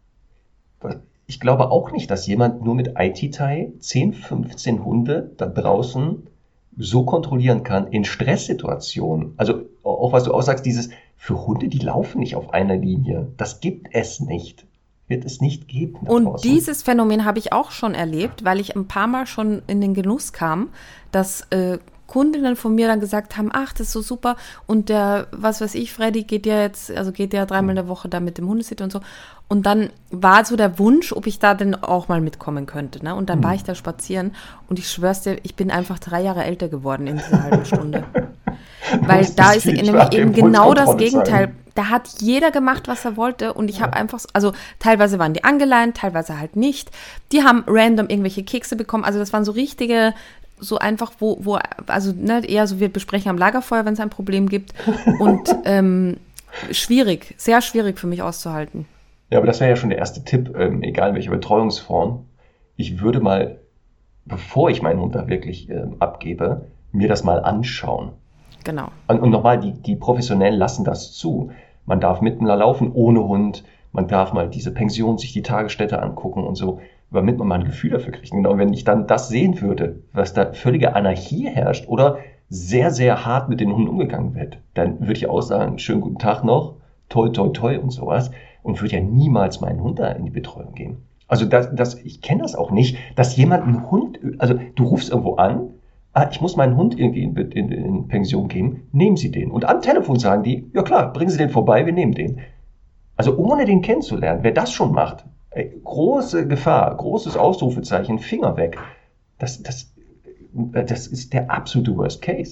ich glaube auch nicht, dass jemand nur mit IT-Tai 10, 15 Hunde da draußen so kontrollieren kann in Stresssituationen. Also auch was du aussagst, für Hunde, die laufen nicht auf einer Linie. Das gibt es nicht. Wird es nicht geben. Und dieses Phänomen habe ich auch schon erlebt, weil ich ein paar Mal schon in den Genuss kam, dass Kundinnen von mir dann gesagt haben, ach, das ist so super. Und der, was weiß ich, Freddy geht ja 3-mal in der Woche da mit dem Hundesitter und so. Und dann war so der Wunsch, ob ich da denn auch mal mitkommen könnte. Ne? Und dann war ich da spazieren und ich schwör's dir, ich bin einfach 3 Jahre älter geworden in dieser halben Stunde. Weil da ist nämlich eben genau das Gegenteil. Sein. Da hat jeder gemacht, was er wollte und ich habe einfach, also teilweise waren die angeleint, teilweise halt nicht. Die haben random irgendwelche Kekse bekommen. Also das waren so richtige, so einfach, also ne, eher so, wir besprechen am Lagerfeuer, wenn es ein Problem gibt. Und schwierig, sehr schwierig für mich auszuhalten. Ja, aber das wäre ja schon der erste Tipp, egal welche Betreuungsform. Ich würde mal, bevor ich meinen Hund da wirklich abgebe, mir das mal anschauen. Genau. Und nochmal, die Professionellen lassen das zu. Man darf mitten laufen ohne Hund, man darf mal diese Pension, sich die Tagesstätte angucken und so, damit man mal ein Gefühl dafür kriegt. Genau, wenn ich dann das sehen würde, was da völlige Anarchie herrscht oder sehr, sehr hart mit den Hunden umgegangen wird, dann würde ich auch sagen, schönen guten Tag noch, toi, toi, toi und sowas und würde ja niemals meinen Hund da in die Betreuung geben. Also ich kenne das auch nicht, dass jemand einen Hund, also du rufst irgendwo an, ich muss meinen Hund irgendwie in Pension geben, nehmen Sie den. Und am Telefon sagen die, ja klar, bringen Sie den vorbei, wir nehmen den. Also ohne den kennenzulernen, wer das schon macht, große Gefahr, großes Ausrufezeichen, Finger weg. Das ist der absolute Worst Case.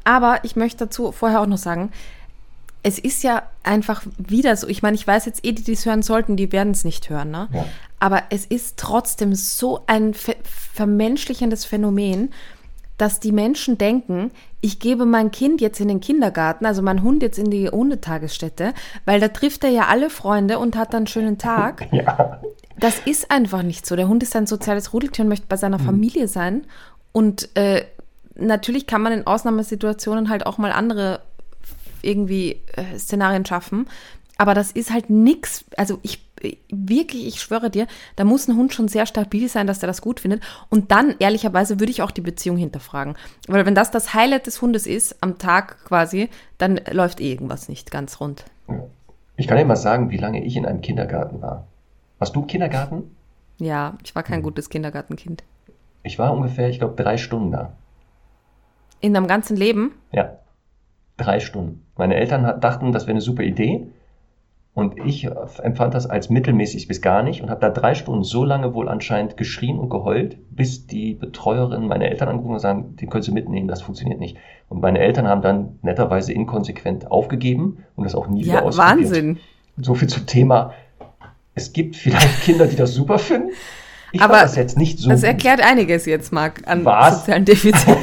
Aber ich möchte dazu vorher auch noch sagen, es ist ja einfach wieder so, ich meine, ich weiß jetzt die es hören sollten, die werden es nicht hören, ne? Ja. Aber es ist trotzdem so ein vermenschlichendes Phänomen, dass die Menschen denken, ich gebe mein Kind jetzt in den Kindergarten, also mein Hund jetzt in die Hundetagesstätte, weil da trifft er ja alle Freunde und hat dann einen schönen Tag. Ja. Das ist einfach nicht so. Der Hund ist ein soziales Rudeltier und möchte bei seiner Familie sein. Und natürlich kann man in Ausnahmesituationen halt auch mal andere irgendwie Szenarien schaffen. Aber das ist halt nix. Also ich schwöre dir, da muss ein Hund schon sehr stabil sein, dass der das gut findet. Und dann, ehrlicherweise, würde ich auch die Beziehung hinterfragen. Weil wenn das Highlight des Hundes ist, am Tag quasi, dann läuft irgendwas nicht ganz rund. Ich kann dir mal sagen, wie lange ich in einem Kindergarten war. Warst du im Kindergarten? Ja, ich war kein gutes Kindergartenkind. Ich war ungefähr, ich glaube, 3 Stunden da. In deinem ganzen Leben? Ja, 3 Stunden. Meine Eltern dachten, das wäre eine super Idee. Und ich empfand das als mittelmäßig bis gar nicht und habe da 3 Stunden so lange wohl anscheinend geschrien und geheult, bis die Betreuerin meine Eltern angerufen und sagen, den können Sie mitnehmen, das funktioniert nicht. Und meine Eltern haben dann netterweise inkonsequent aufgegeben und das auch nie wieder ausprobiert. Wahnsinn. So viel zum Thema, es gibt vielleicht Kinder, die das super finden. Ich Aber fand das jetzt nicht so das gut. erklärt einiges jetzt, Marc, an Was? sozialen Defiziten.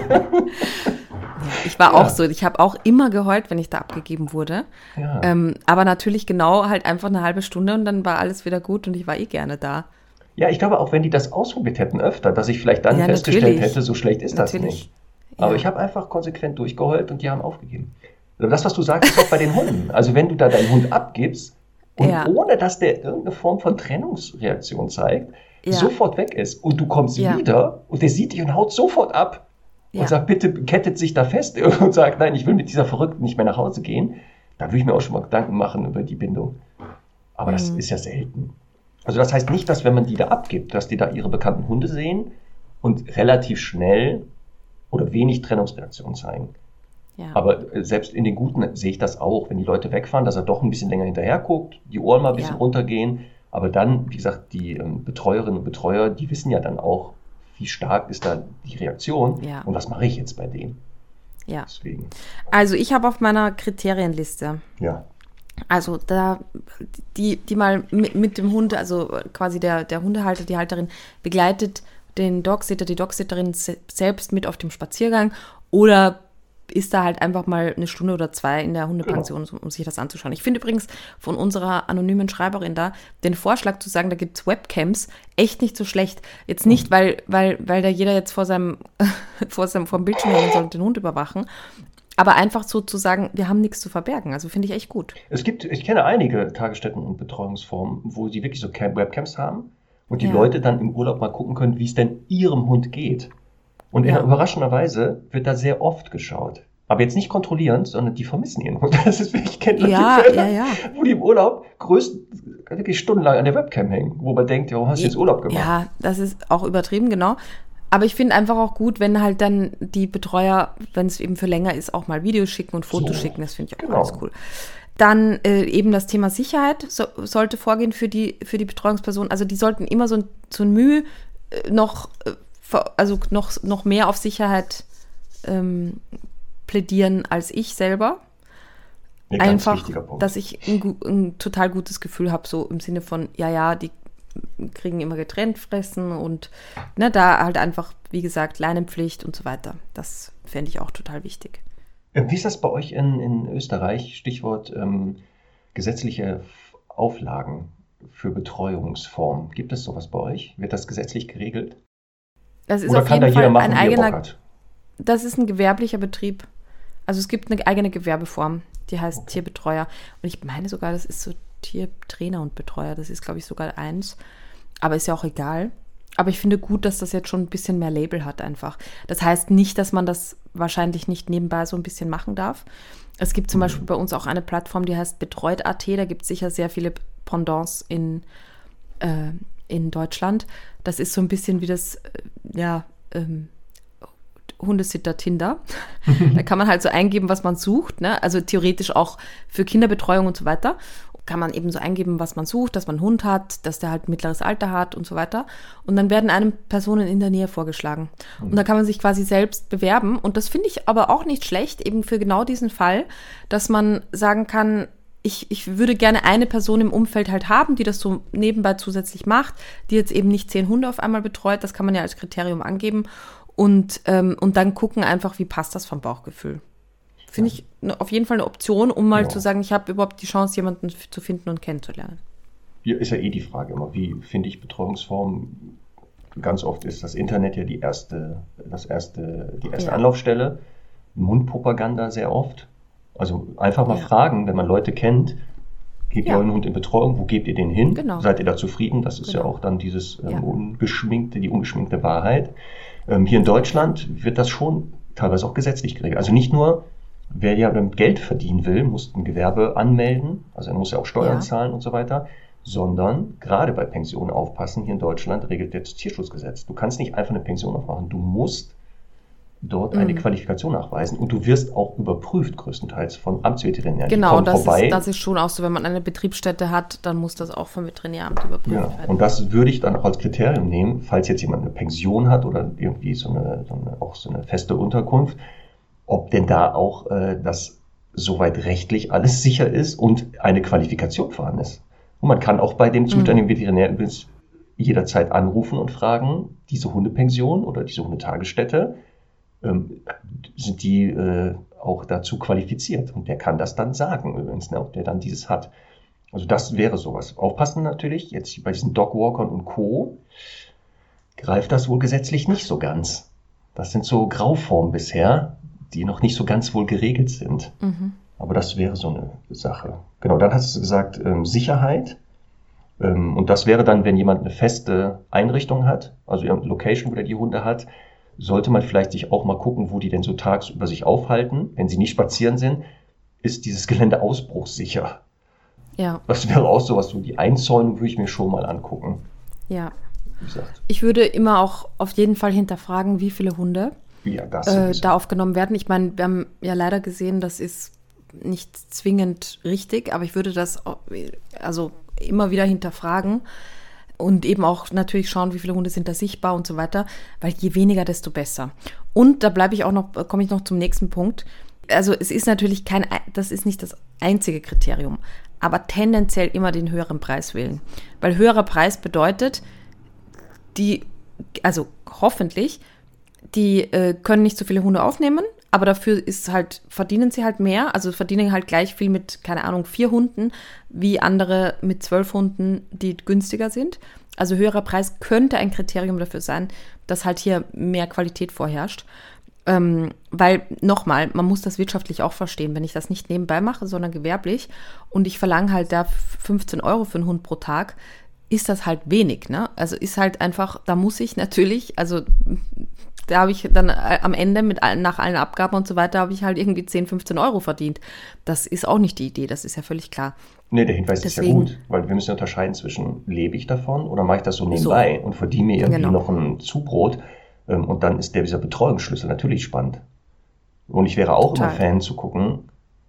Ich war auch so, ich habe auch immer geheult, wenn ich da abgegeben wurde. Ja. Aber natürlich genau halt einfach eine halbe Stunde und dann war alles wieder gut und ich war gerne da. Ja, ich glaube auch, wenn die das ausprobiert hätten öfter, dass ich vielleicht dann festgestellt natürlich. hätte, so schlecht ist das Natürlich. nicht. Aber ich habe einfach konsequent durchgeheult und die haben aufgegeben. Also das, was du sagst, ist auch bei den Hunden. Also wenn du da deinen Hund abgibst und ohne, dass der irgendeine Form von Trennungsreaktion zeigt, sofort weg ist und du kommst wieder und der sieht dich und haut sofort ab und sagt, bitte kettet sich da fest und sagt, nein, ich will mit dieser Verrückten nicht mehr nach Hause gehen, dann würde ich mir auch schon mal Gedanken machen über die Bindung. Aber das ist ja selten. Also das heißt nicht, dass wenn man die da abgibt, dass die da ihre bekannten Hunde sehen und relativ schnell oder wenig Trennungsreaktionen zeigen. Ja. Aber selbst in den Guten sehe ich das auch, wenn die Leute wegfahren, dass er doch ein bisschen länger hinterher guckt, die Ohren mal ein bisschen runtergehen. Aber dann, wie gesagt, die Betreuerinnen und Betreuer, die wissen ja dann auch, wie stark ist da die Reaktion und was mache ich jetzt bei denen. Ja. Deswegen. Also ich habe auf meiner Kriterienliste, also da die mal mit dem Hund, also quasi der Hundehalter, die Halterin begleitet den Dogsitter, die Dogsitterin selbst mit auf dem Spaziergang oder ist da halt einfach mal 1 Stunde oder 2 in der Hundepension, um sich das anzuschauen. Ich finde übrigens von unserer anonymen Schreiberin da den Vorschlag zu sagen, da gibt es Webcams, echt nicht so schlecht. Jetzt nicht, weil da jeder jetzt vor dem Bildschirm hängen soll und den Hund überwachen, aber einfach so zu sagen, wir haben nichts zu verbergen. Also finde ich echt gut. Ich kenne einige Tagesstätten und Betreuungsformen, wo sie wirklich so Webcams haben und die Leute dann im Urlaub mal gucken können, wie es denn ihrem Hund geht. Und überraschenderweise wird da sehr oft geschaut. Aber jetzt nicht kontrollierend, sondern die vermissen ihren Hund. Das ist wirklich, ich kenne Fälle, wo die im Urlaub wirklich stundenlang an der Webcam hängen, wo man denkt, hast du jetzt Urlaub gemacht? Ja, das ist auch übertrieben, genau. Aber ich finde einfach auch gut, wenn halt dann die Betreuer, wenn es eben für länger ist, auch mal Videos schicken und Fotos schicken. Das finde ich auch ganz cool. Dann eben das Thema Sicherheit sollte vorgehen für die Betreuungsperson. Also die sollten immer so ein Mühe noch mehr auf Sicherheit plädieren als ich selber. Einfach, dass ich ein total gutes Gefühl habe, so im Sinne von, die kriegen immer getrennt fressen und da halt einfach, wie gesagt, Leinenpflicht und so weiter. Das fände ich auch total wichtig. Wie ist das bei euch in Österreich? Stichwort gesetzliche Auflagen für Betreuungsformen. Gibt es sowas bei euch? Wird das gesetzlich geregelt? Das ist Oder auf kann jeden da jeder Fall machen, ein wie er Bock eigener. hat? Das ist ein gewerblicher Betrieb. Also es gibt eine eigene Gewerbeform, die heißt Tierbetreuer. Und ich meine sogar, das ist so Tiertrainer und Betreuer. Das ist, glaube ich, sogar eins. Aber ist ja auch egal. Aber ich finde gut, dass das jetzt schon ein bisschen mehr Label hat einfach. Das heißt nicht, dass man das wahrscheinlich nicht nebenbei so ein bisschen machen darf. Es gibt zum Beispiel bei uns auch eine Plattform, die heißt Betreut.at. Da gibt es sicher sehr viele Pendants in Deutschland. Das ist so ein bisschen wie das, Hundesitter-Tinder. Da kann man halt so eingeben, was man sucht, ne? Also theoretisch auch für Kinderbetreuung und so weiter. kann man eben so eingeben, was man sucht, dass man einen Hund hat, dass der halt mittleres Alter hat und so weiter. Und dann werden einem Personen in der Nähe vorgeschlagen. Und da kann man sich quasi selbst bewerben. Und das finde ich aber auch nicht schlecht, eben für genau diesen Fall, dass man sagen kann, ich würde gerne eine Person im Umfeld halt haben, die das so nebenbei zusätzlich macht, die jetzt eben nicht 10 Hunde auf einmal betreut. Das kann man ja als Kriterium angeben. Und dann gucken einfach, wie passt das vom Bauchgefühl. Finde ich auf jeden Fall eine Option, um mal zu sagen, ich habe überhaupt die Chance, jemanden zu finden und kennenzulernen. Hier ist ja die Frage immer, wie finde ich Betreuungsformen? Ganz oft ist das Internet ja die erste Anlaufstelle. Mundpropaganda sehr oft. Also einfach mal fragen, wenn man Leute kennt, gebt ihr euren Hund in Betreuung, wo gebt ihr den hin? Genau. Seid ihr da zufrieden? Das ist ja auch dann die ungeschminkte Wahrheit. Hier in Deutschland wird das schon teilweise auch gesetzlich geregelt. Also nicht nur, wer ja damit Geld verdienen will, muss ein Gewerbe anmelden, also er muss ja auch Steuern zahlen und so weiter, sondern gerade bei Pensionen aufpassen, hier in Deutschland regelt das Tierschutzgesetz. Du kannst nicht einfach eine Pension aufmachen, du musst dort eine Qualifikation nachweisen und du wirst auch überprüft größtenteils von Amtsveterinären. Genau, das ist schon auch so, wenn man eine Betriebsstätte hat, dann muss das auch vom Veterinäramt überprüft werden. Und das würde ich dann auch als Kriterium nehmen, falls jetzt jemand eine Pension hat oder irgendwie so eine feste Unterkunft, ob denn da auch das soweit rechtlich alles sicher ist und eine Qualifikation vorhanden ist. Und man kann auch bei dem zuständigen Veterinär übrigens jederzeit anrufen und fragen, diese Hundepension oder diese Hundetagesstätte, sind die auch dazu qualifiziert. Und der kann das dann sagen, übrigens, ob der dann dieses hat. Also das wäre sowas. Aufpassen natürlich, jetzt bei diesen Dogwalkern und Co. greift das wohl gesetzlich nicht so ganz. Das sind so Grauformen bisher, die noch nicht so ganz wohl geregelt sind. Aber das wäre so eine Sache. Genau, dann hast du gesagt, Sicherheit. Und das wäre dann, wenn jemand eine feste Einrichtung hat, also eine Location, wo der die Hunde hat, sollte man vielleicht sich auch mal gucken, wo die denn so tagsüber sich aufhalten. Wenn sie nicht spazieren sind, ist dieses Gelände ausbruchssicher. Ja. Das wäre auch sowas, so die Einzäunung würde ich mir schon mal angucken. Ja. Ich würde immer auch auf jeden Fall hinterfragen, wie viele Hunde da aufgenommen werden. Ich meine, wir haben ja leider gesehen, das ist nicht zwingend richtig, aber ich würde das also immer wieder hinterfragen. Und eben auch natürlich schauen, wie viele Hunde sind da sichtbar und so weiter, weil je weniger, desto besser. Und da komme ich noch zum nächsten Punkt. Also es ist natürlich das ist nicht das einzige Kriterium, aber tendenziell immer den höheren Preis wählen. Weil höherer Preis bedeutet, also hoffentlich, die können nicht so viele Hunde aufnehmen, aber dafür verdienen sie halt mehr, also verdienen halt gleich viel mit, keine Ahnung, 4 Hunden, wie andere mit 12 Hunden, die günstiger sind. Also höherer Preis könnte ein Kriterium dafür sein, dass halt hier mehr Qualität vorherrscht. Weil, nochmal, man muss das wirtschaftlich auch verstehen, wenn ich das nicht nebenbei mache, sondern gewerblich und ich verlange halt da 15 € für einen Hund pro Tag, ist das halt wenig, ne? Also ist halt einfach, da muss ich natürlich, also da habe ich dann am Ende nach allen Abgaben und so weiter, habe ich halt irgendwie 10, 15 € verdient. Das ist auch nicht die Idee, das ist ja völlig klar. Nee, der Hinweis ist ja gut, weil wir müssen unterscheiden zwischen, lebe ich davon oder mache ich das so nebenbei und verdiene mir irgendwie noch ein Zubrot und dann ist dieser Betreuungsschlüssel natürlich spannend. Und ich wäre auch immer Fan zu gucken,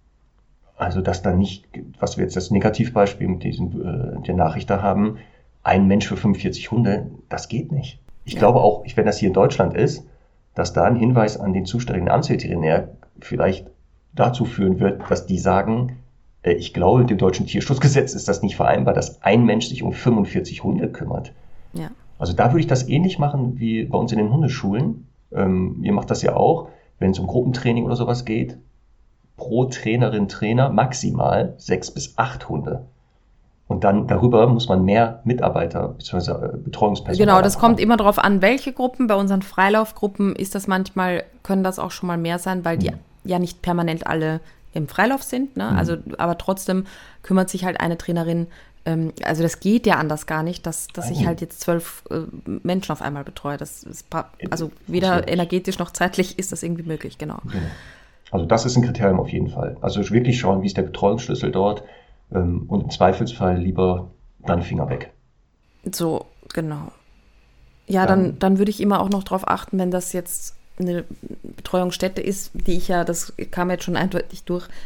also dass da nicht, was wir jetzt das Negativbeispiel mit der Nachricht da haben, ein Mensch für 45 Hunde, das geht nicht. Ich glaube auch, wenn das hier in Deutschland ist, dass da ein Hinweis an den zuständigen Amtsveterinär vielleicht dazu führen wird, dass die sagen, ich glaube, mit dem deutschen Tierschutzgesetz ist das nicht vereinbar, dass ein Mensch sich um 45 Hunde kümmert. Ja. Also da würde ich das ähnlich machen wie bei uns in den Hundeschulen. Ihr macht das ja auch, wenn es um Gruppentraining oder sowas geht. Pro Trainerin, Trainer maximal 6 bis 8 Hunde. Und dann darüber muss man mehr Mitarbeiter bzw. Betreuungspersonal. Genau, das kommt immer darauf an, welche Gruppen. Bei unseren Freilaufgruppen ist das können das auch schon mal mehr sein, weil die ja nicht permanent alle im Freilauf sind. Ne? Also, aber trotzdem kümmert sich halt eine Trainerin. Also das geht ja anders gar nicht, dass ich halt jetzt 12 Menschen auf einmal betreue. Also weder energetisch noch zeitlich ist das irgendwie möglich, genau. Also das ist ein Kriterium auf jeden Fall. Also wirklich schauen, wie ist der Betreuungsschlüssel dort. Und im Zweifelsfall lieber dann Finger weg. So, genau. Ja, dann würde ich immer auch noch darauf achten, wenn das jetzt eine Betreuungsstätte ist, das kam jetzt schon eindeutig durch,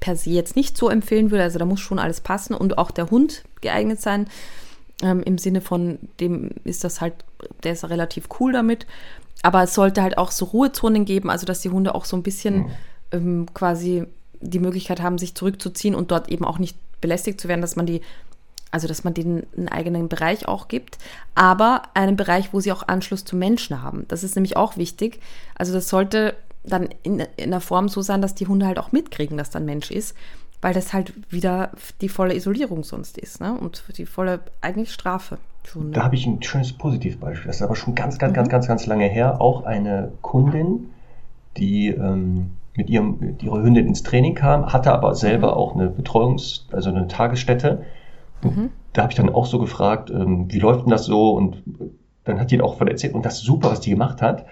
per se jetzt nicht so empfehlen würde. Also da muss schon alles passen und auch der Hund geeignet sein. Im Sinne von dem ist das halt, der ist relativ cool damit. Aber es sollte halt auch so Ruhezonen geben, also dass die Hunde auch so ein bisschen quasi die Möglichkeit haben, sich zurückzuziehen und dort eben auch nicht belästigt zu werden, dass man denen einen eigenen Bereich auch gibt, aber einen Bereich, wo sie auch Anschluss zu Menschen haben. Das ist nämlich auch wichtig. Also das sollte dann in einer Form so sein, dass die Hunde halt auch mitkriegen, dass da ein Mensch ist, weil das halt wieder die volle Isolierung sonst ist, ne? Und die volle eigentlich Strafe. Da habe ich ein schönes Positivbeispiel. Das ist aber schon ganz lange her. Auch eine Kundin, die mit ihrer Hündin ins Training kam, hatte aber selber auch eine also eine Tagesstätte. Da habe ich dann auch so gefragt, wie läuft denn das so? Und dann hat die auch von erzählt. Und das ist super, was die gemacht hat.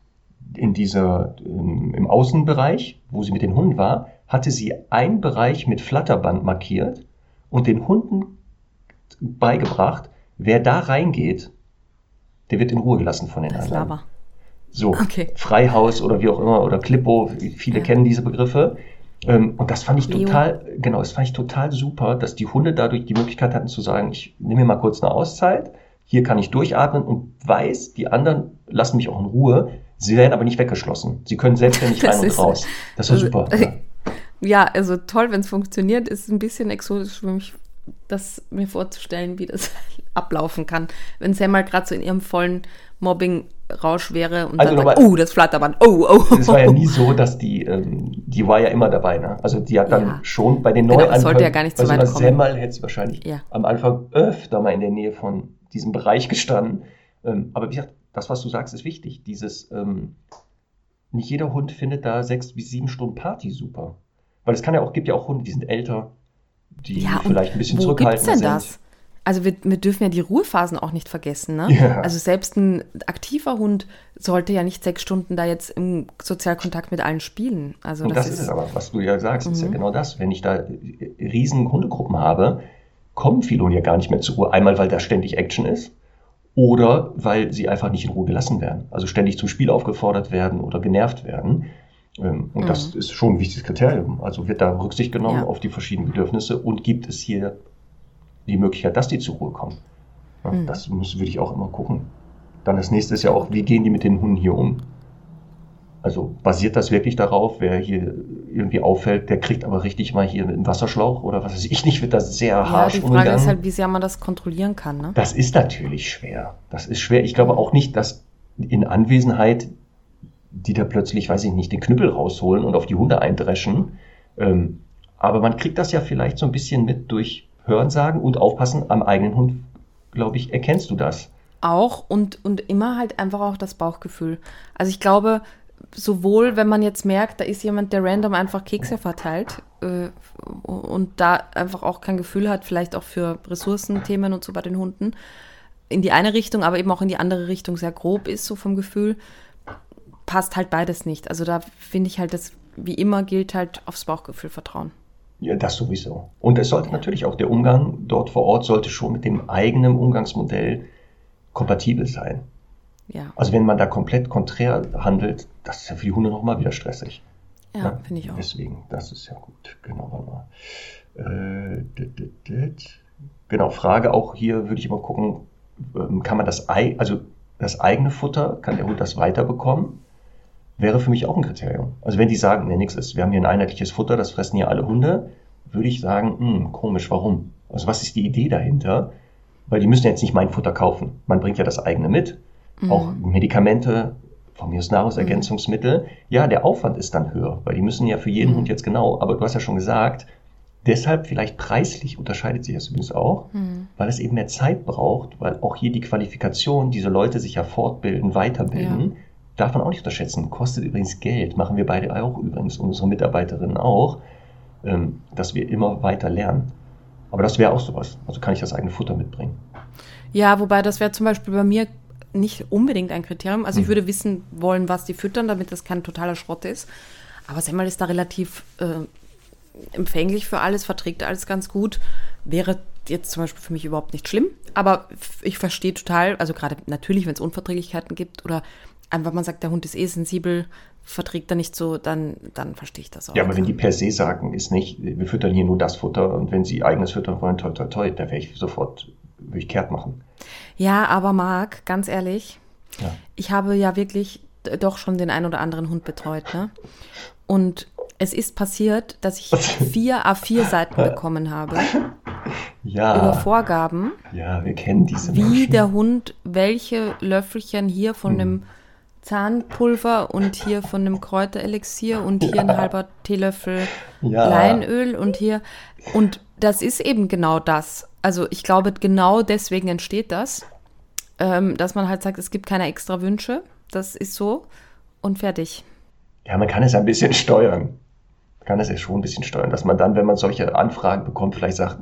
Im Außenbereich, wo sie mit den Hunden war, hatte sie einen Bereich mit Flatterband markiert und den Hunden beigebracht, wer da reingeht, der wird in Ruhe gelassen von den anderen. Lava. So, okay. Freihaus oder wie auch immer, oder Klippo, viele kennen diese Begriffe. Und das fand ich total super, dass die Hunde dadurch die Möglichkeit hatten zu sagen, ich nehme mir mal kurz eine Auszeit, hier kann ich durchatmen und weiß, die anderen lassen mich auch in Ruhe. Sie werden aber nicht weggeschlossen. Sie können selbstständig rein und raus. Das war super. Ja, also toll, wenn es funktioniert. Ist ein bisschen exotisch für mich, das mir vorzustellen, wie das ablaufen kann. Wenn Sam mal gerade so in ihrem vollen Mobbing-Rausch wäre und also dann sagt, das Flatterband, Es war ja nie so, dass die war ja immer dabei, ne? Also die hat dann schon bei den Neuanfängen, das sollte ja gar nicht zu weit kommen. Sam hätte sie wahrscheinlich am Anfang öfter mal in der Nähe von diesem Bereich gestanden. Aber wie gesagt, das, was du sagst, ist wichtig. Nicht jeder Hund findet da 6 bis 7 Stunden Party super. Weil es gibt ja auch Hunde, die sind älter, die vielleicht ein bisschen zurückhaltender sind. Wo gibt's denn das? Also wir dürfen ja die Ruhephasen auch nicht vergessen, ne? Ja. Also selbst ein aktiver Hund sollte ja nicht 6 Stunden da jetzt im Sozialkontakt mit allen spielen. Also und das ist es aber, was du ja sagst, ist ja genau das. Wenn ich da riesen Hundegruppen habe, kommen viele Hunde ja gar nicht mehr zur Ruhe. Einmal, weil da ständig Action ist oder weil sie einfach nicht in Ruhe gelassen werden. Also ständig zum Spiel aufgefordert werden oder genervt werden. Und das ist schon ein wichtiges Kriterium. Also wird da Rücksicht genommen auf die verschiedenen Bedürfnisse und gibt es hier die Möglichkeit, dass die zur Ruhe kommen. Ja, das würde ich auch immer gucken. Dann das nächste ist ja auch, wie gehen die mit den Hunden hier um? Also basiert das wirklich darauf, wer hier irgendwie auffällt, der kriegt aber richtig mal hier mit einem Wasserschlauch oder was weiß ich nicht, wird das sehr harsch umgegangen. Die Frage ist halt, wie sehr man das kontrollieren kann, ne? Das ist natürlich schwer. Das ist schwer. Ich glaube auch nicht, dass in Anwesenheit die da plötzlich, weiß ich nicht, den Knüppel rausholen und auf die Hunde eindreschen. Aber man kriegt das ja vielleicht so ein bisschen mit durch Hörensagen und Aufpassen am eigenen Hund, glaube ich, erkennst du das. Auch und immer halt einfach auch das Bauchgefühl. Also ich glaube, sowohl wenn man jetzt merkt, da ist jemand, der random einfach Kekse verteilt und da einfach auch kein Gefühl hat, vielleicht auch für Ressourcenthemen und so bei den Hunden, in die eine Richtung, aber eben auch in die andere Richtung sehr grob ist, so vom Gefühl, passt halt beides nicht. Also da finde ich halt, das wie immer gilt halt aufs Bauchgefühl vertrauen. Ja, das sowieso. Und es sollte natürlich auch der Umgang dort vor Ort sollte schon mit dem eigenen Umgangsmodell kompatibel sein. Ja. Also wenn man da komplett konträr handelt, das ist ja für die Hunde nochmal wieder stressig. Ja, finde ich auch. Deswegen, das ist ja gut. Genau, warte mal. Genau, Frage auch hier, würde ich mal gucken, kann man das eigene Futter, kann der Hund das weiterbekommen? Wäre für mich auch ein Kriterium. Also wenn die sagen, nichts ist, wir haben hier ein einheitliches Futter, das fressen hier alle Hunde, würde ich sagen, komisch, warum? Also was ist die Idee dahinter? Weil die müssen jetzt nicht mein Futter kaufen. Man bringt ja das eigene mit. Auch Medikamente, von mir aus Nahrungsergänzungsmittel. Ja, der Aufwand ist dann höher, weil die müssen ja für jeden Hund jetzt genau, aber du hast ja schon gesagt, deshalb vielleicht preislich unterscheidet sich das übrigens auch, weil es eben mehr Zeit braucht, weil auch hier die Qualifikation, diese Leute sich ja fortbilden, weiterbilden, darf man auch nicht unterschätzen. Kostet übrigens Geld, machen wir beide auch übrigens, unsere Mitarbeiterinnen auch, dass wir immer weiter lernen. Aber das wäre auch sowas. Also kann ich das eigene Futter mitbringen. Ja, wobei das wäre zum Beispiel bei mir nicht unbedingt ein Kriterium. Also ich würde wissen wollen, was die füttern, damit das kein totaler Schrott ist. Aber Semmel ist da relativ empfänglich für alles, verträgt alles ganz gut. Wäre jetzt zum Beispiel für mich überhaupt nicht schlimm. Aber ich verstehe total, also gerade natürlich, wenn es Unverträglichkeiten gibt oder einfach man sagt, der Hund ist sensibel, verträgt er nicht so, dann verstehe ich das auch. Ja, aber wenn die per se sagen, ist nicht, wir füttern hier nur das Futter und wenn sie eigenes füttern wollen, toi, toi, toi, da würde ich kehrt machen. Ja, aber Marc, ganz ehrlich, Ja. ich habe ja wirklich doch schon den einen oder anderen Hund betreut, ne? Und es ist passiert, dass ich 4 A4-Seiten bekommen habe Ja. über Vorgaben, Ja, wir kennen diese wie Menschen. der Hund welche Löffelchen hier von dem Zahnpulver und hier von dem Kräuterelixier und hier ein halber Teelöffel Ja. Leinöl und hier. Und das ist eben genau das. Also ich glaube, genau deswegen entsteht das, dass man halt sagt, es gibt keine extra Wünsche. Das ist so und fertig. Ja, man kann es ein bisschen steuern. Man kann es ja schon ein bisschen steuern, dass man dann, wenn man solche Anfragen bekommt, vielleicht sagt,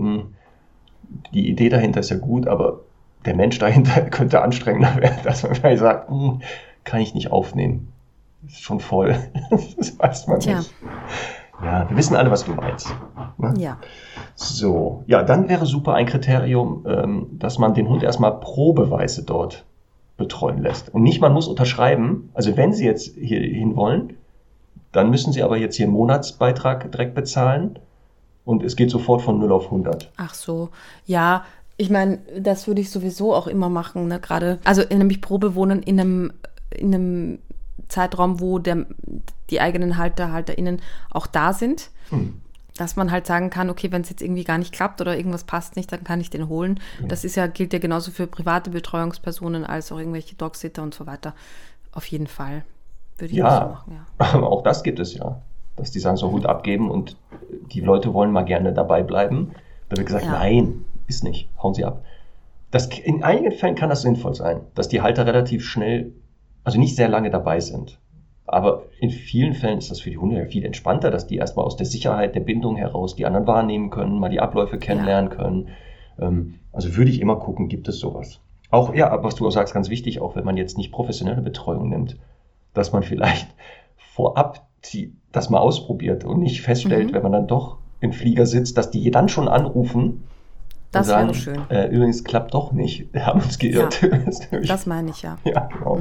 die Idee dahinter ist ja gut, aber der Mensch dahinter könnte anstrengender werden, dass man vielleicht sagt, kann ich nicht aufnehmen. Ist schon voll. Das weiß man Tja. nicht. Ja, wir wissen alle, was du meinst. Ne? Ja. So, ja, dann wäre super ein Kriterium, dass man den Hund erstmal probeweise dort betreuen lässt. Und nicht, man muss unterschreiben, also wenn Sie jetzt hier hin wollen, dann müssen Sie aber jetzt hier einen Monatsbeitrag direkt bezahlen und es geht sofort von 0 auf 100. Ach so. Ja, ich meine, das würde ich sowieso auch immer machen, ne? Gerade, also nämlich Probewohnen in einem Zeitraum, wo die eigenen HalterInnen auch da sind. Dass man halt sagen kann, okay, wenn es jetzt irgendwie gar nicht klappt oder irgendwas passt nicht, dann kann ich den holen. Das gilt ja genauso für private Betreuungspersonen als auch irgendwelche Dogsitter und so weiter. Auf jeden Fall würde ich das so machen, ja. Aber auch das gibt es ja, dass die sagen, so Hund abgeben und die Leute wollen mal gerne dabei bleiben. Da wird gesagt, nein, ist nicht, hauen Sie ab. In einigen Fällen kann das sinnvoll sein, dass die Halter relativ schnell, also nicht sehr lange dabei sind. Aber in vielen Fällen ist das für die Hunde ja viel entspannter, dass die erstmal aus der Sicherheit der Bindung heraus die anderen wahrnehmen können, mal die Abläufe kennenlernen können. Also würde ich immer gucken, gibt es sowas. Auch, ja, was du auch sagst, ganz wichtig, auch wenn man jetzt nicht professionelle Betreuung nimmt, dass man vielleicht vorab das mal ausprobiert und nicht feststellt, wenn man dann doch im Flieger sitzt, dass die dann schon anrufen das und sagen, wäre schön. Übrigens klappt doch nicht, wir haben uns geirrt. Ja, das meine ich, ja. Ja, genau.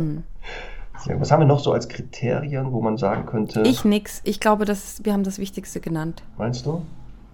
Was haben wir noch so als Kriterien, wo man sagen könnte? Ich glaube, wir haben das Wichtigste genannt. Meinst du?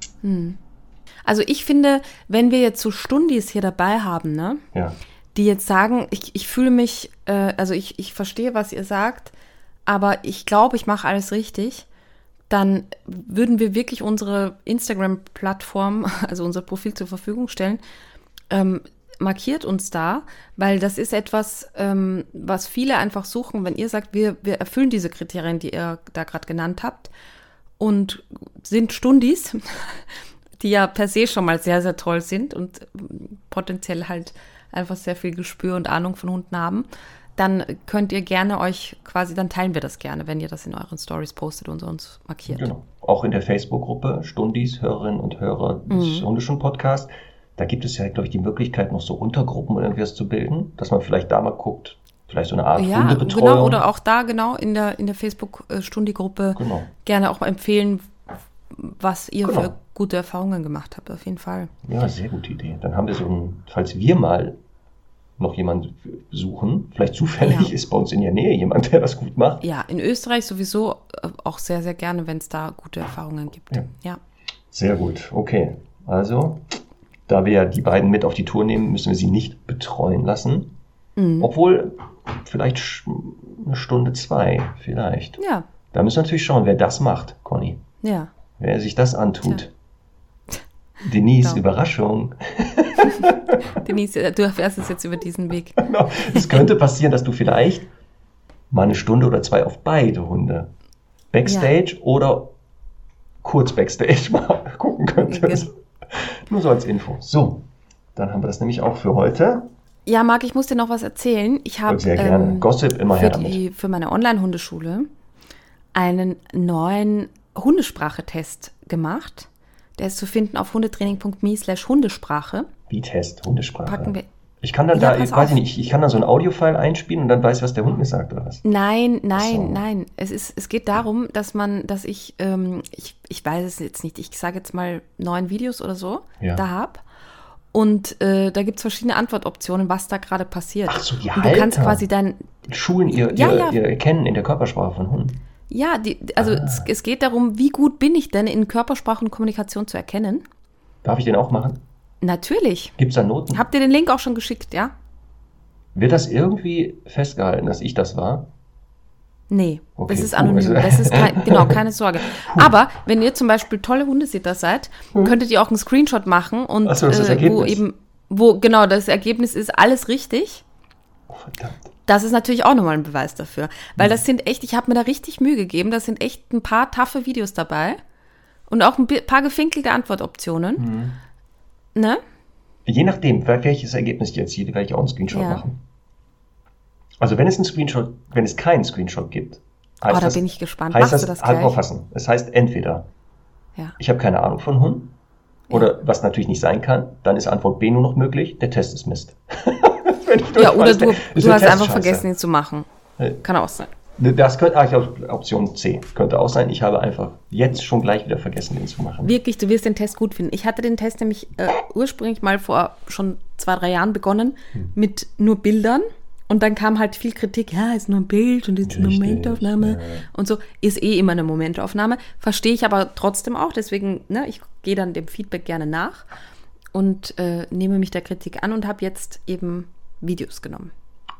Also ich finde, wenn wir jetzt so Stundis hier dabei haben, ne, die jetzt sagen, ich fühle mich, also ich verstehe, was ihr sagt, aber ich glaube, ich mache alles richtig, dann würden wir wirklich unsere Instagram-Plattform, also unser Profil zur Verfügung stellen. Markiert uns da, weil das ist etwas, was viele einfach suchen, wenn ihr sagt, wir erfüllen diese Kriterien, die ihr da gerade genannt habt und sind Stundis, die ja per se schon mal sehr, sehr toll sind und potenziell halt einfach sehr viel Gespür und Ahnung von Hunden haben, dann könnt ihr gerne dann teilen wir das gerne, wenn ihr das in euren Stories postet und uns markiert. Genau. Auch in der Facebook-Gruppe Stundis, Hörerinnen und Hörer des Hundeschund-Podcasts. Da gibt es ja, glaube ich, die Möglichkeit, noch so Untergruppen oder irgendwas zu bilden, dass man vielleicht da mal guckt, vielleicht so eine Art Hundebetreuung. Genau, oder auch da in der Facebook-Stundi-Gruppe gerne auch mal empfehlen, was ihr für gute Erfahrungen gemacht habt, auf jeden Fall. Ja, sehr gute Idee. Dann haben wir falls wir mal noch jemanden suchen, vielleicht zufällig ist bei uns in der Nähe jemand, der das gut macht. Ja, in Österreich sowieso auch sehr, sehr gerne, wenn es da gute Erfahrungen gibt. Ja. Sehr gut, okay. Also, da wir ja die beiden mit auf die Tour nehmen, müssen wir sie nicht betreuen lassen. Obwohl, vielleicht eine Stunde, 2, vielleicht. Ja. Da müssen wir natürlich schauen, wer das macht, Conny. Ja. Wer sich das antut. Denise, Überraschung. Denise, du erfährst es jetzt über diesen Weg. Genau. Es könnte passieren, dass du vielleicht mal eine Stunde oder 2 auf beide Hunde Backstage oder kurz Backstage mal gucken könntest. Nur so als Info. So, dann haben wir das nämlich auch für heute. Ja, Marc, ich muss dir noch was erzählen. Ich habe sehr gerne. Gossip immer her damit. Für meine Online-Hundeschule einen neuen Hundesprachetest gemacht. Der ist zu finden auf hundetraining.me/Hundesprache. Wie Test? Hundesprache? Packen wir. Ich kann dann ich kann dann so ein Audiofile einspielen und dann weiß, was der Hund mir sagt, oder was? Nein. Es geht darum, dass ich weiß es jetzt nicht, ich sage jetzt mal 9 Videos oder so da habe. Und da gibt es verschiedene Antwortoptionen, was da gerade passiert. Ach so, die und du kannst quasi Schulen ihr Erkennen in der Körpersprache von Hunden. Ja, es geht darum, wie gut bin ich denn in Körpersprache und Kommunikation zu erkennen. Darf ich den auch machen? Natürlich. Gibt es da Noten? Habt ihr den Link auch schon geschickt, ja? Wird das irgendwie festgehalten, dass ich das war? Nee, Okay, das ist anonym. Das ist keine Sorge. Aber wenn ihr zum Beispiel tolle Hundesitter seid, könntet ihr auch einen Screenshot machen und Ach so, das ist das Ergebnis. wo das Ergebnis ist, alles richtig. Oh, verdammt. Das ist natürlich auch nochmal ein Beweis dafür. Weil das sind echt, ich habe mir da richtig Mühe gegeben, das sind echt ein paar taffe Videos dabei und auch ein paar gefinkelte Antwortoptionen. Ne? Je nachdem, welches Ergebnis ich erziele, werde ich auch einen Screenshot machen. Also wenn es keinen Screenshot gibt, heißt da das, bin ich gespannt. Heißt Machst du das gleich? Halt aufpassen. Es heißt entweder, ich habe keine Ahnung von Hunden, oder was natürlich nicht sein kann, dann ist Antwort B nur noch möglich, der Test ist Mist. Oder du hast einfach vergessen, ihn zu machen. Kann auch sein. Das könnte, ich glaube, Option C könnte auch sein. Ich habe einfach jetzt schon gleich wieder vergessen, den zu machen. Wirklich, du wirst den Test gut finden. Ich hatte den Test nämlich ursprünglich mal vor schon 2-3 Jahren begonnen mit nur Bildern. Und dann kam halt viel Kritik, ist nur ein Bild und ist eine Momentaufnahme und so. Ist immer eine Momentaufnahme. Verstehe ich aber trotzdem auch. Deswegen, ich gehe dann dem Feedback gerne nach und nehme mich der Kritik an und habe jetzt eben Videos genommen.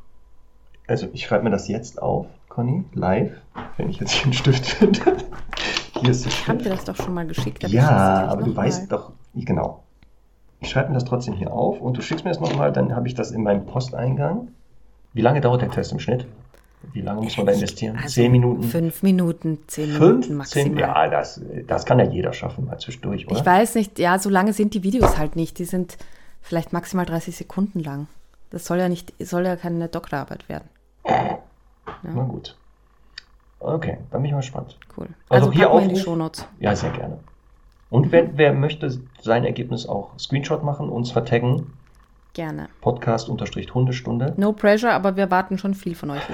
Also ich schreibe mir das jetzt auf, Conny, live, wenn ich jetzt hier einen Stift finde. Hier ist der Stift. Ich habe dir das doch schon mal geschickt. Aber du weißt doch, genau. Ich schreibe mir das trotzdem hier auf und du schickst mir das nochmal, dann habe ich das in meinem Posteingang. Wie lange dauert der Test im Schnitt? Wie lange muss man da investieren? 10 Minuten? 5 Minuten, 10 Minuten maximal. Ja, das kann ja jeder schaffen, mal zwischendurch, oder? Ich weiß nicht, so lange sind die Videos halt nicht. Die sind vielleicht maximal 30 Sekunden lang. Das soll ja keine Doktorarbeit werden. Ja. Na gut. Okay, dann bin ich mal gespannt. Cool. Also hier packen wir in die Shownotes. Ja, sehr gerne. Und wer möchte sein Ergebnis auch Screenshot machen, uns vertaggen? Gerne. Podcast-Hundestunde. No pressure, aber wir warten schon viel von euch.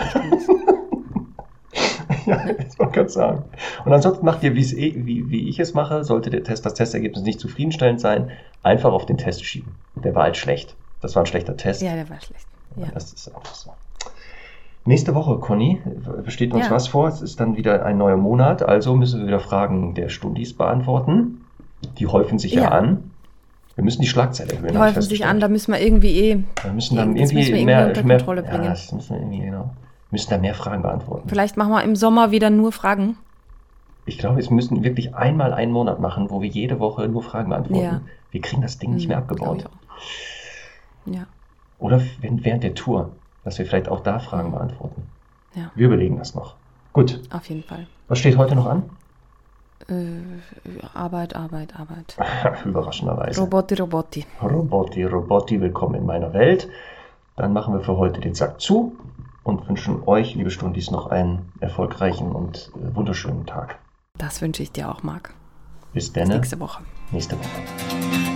Ja, das wollte ich gerade sagen. Und ansonsten macht ihr, wie ich es mache, sollte das Testergebnis nicht zufriedenstellend sein, einfach auf den Test schieben. Der war halt schlecht. Das war ein schlechter Test. Ja, der war schlecht. Ja. Das ist einfach so. Nächste Woche, Conny, steht uns was vor. Es ist dann wieder ein neuer Monat, also müssen wir wieder Fragen der Stundis beantworten. Die häufen sich ja an. Wir müssen die Schlagzeile erhöhen. Die häufen sich an, da müssen wir irgendwie wir müssen dann irgendwie mehr unter Kontrolle bringen. Ja, das müssen wir irgendwie, genau. Müssen da mehr Fragen beantworten. Vielleicht machen wir im Sommer wieder nur Fragen. Ich glaube, wir müssen wirklich einmal einen Monat machen, wo wir jede Woche nur Fragen beantworten. Ja. Wir kriegen das Ding nicht mehr abgebaut. Ja. Oder während der Tour, dass wir vielleicht auch da Fragen beantworten. Ja. Wir überlegen das noch. Gut. Auf jeden Fall. Was steht heute noch an? Arbeit. Überraschenderweise. Robotti. Willkommen in meiner Welt. Dann machen wir für heute den Sack zu und wünschen euch, liebe Stundis, noch einen erfolgreichen und wunderschönen Tag. Das wünsche ich dir auch, Marc. Bis dann. Bis nächste Woche. Nächste Woche.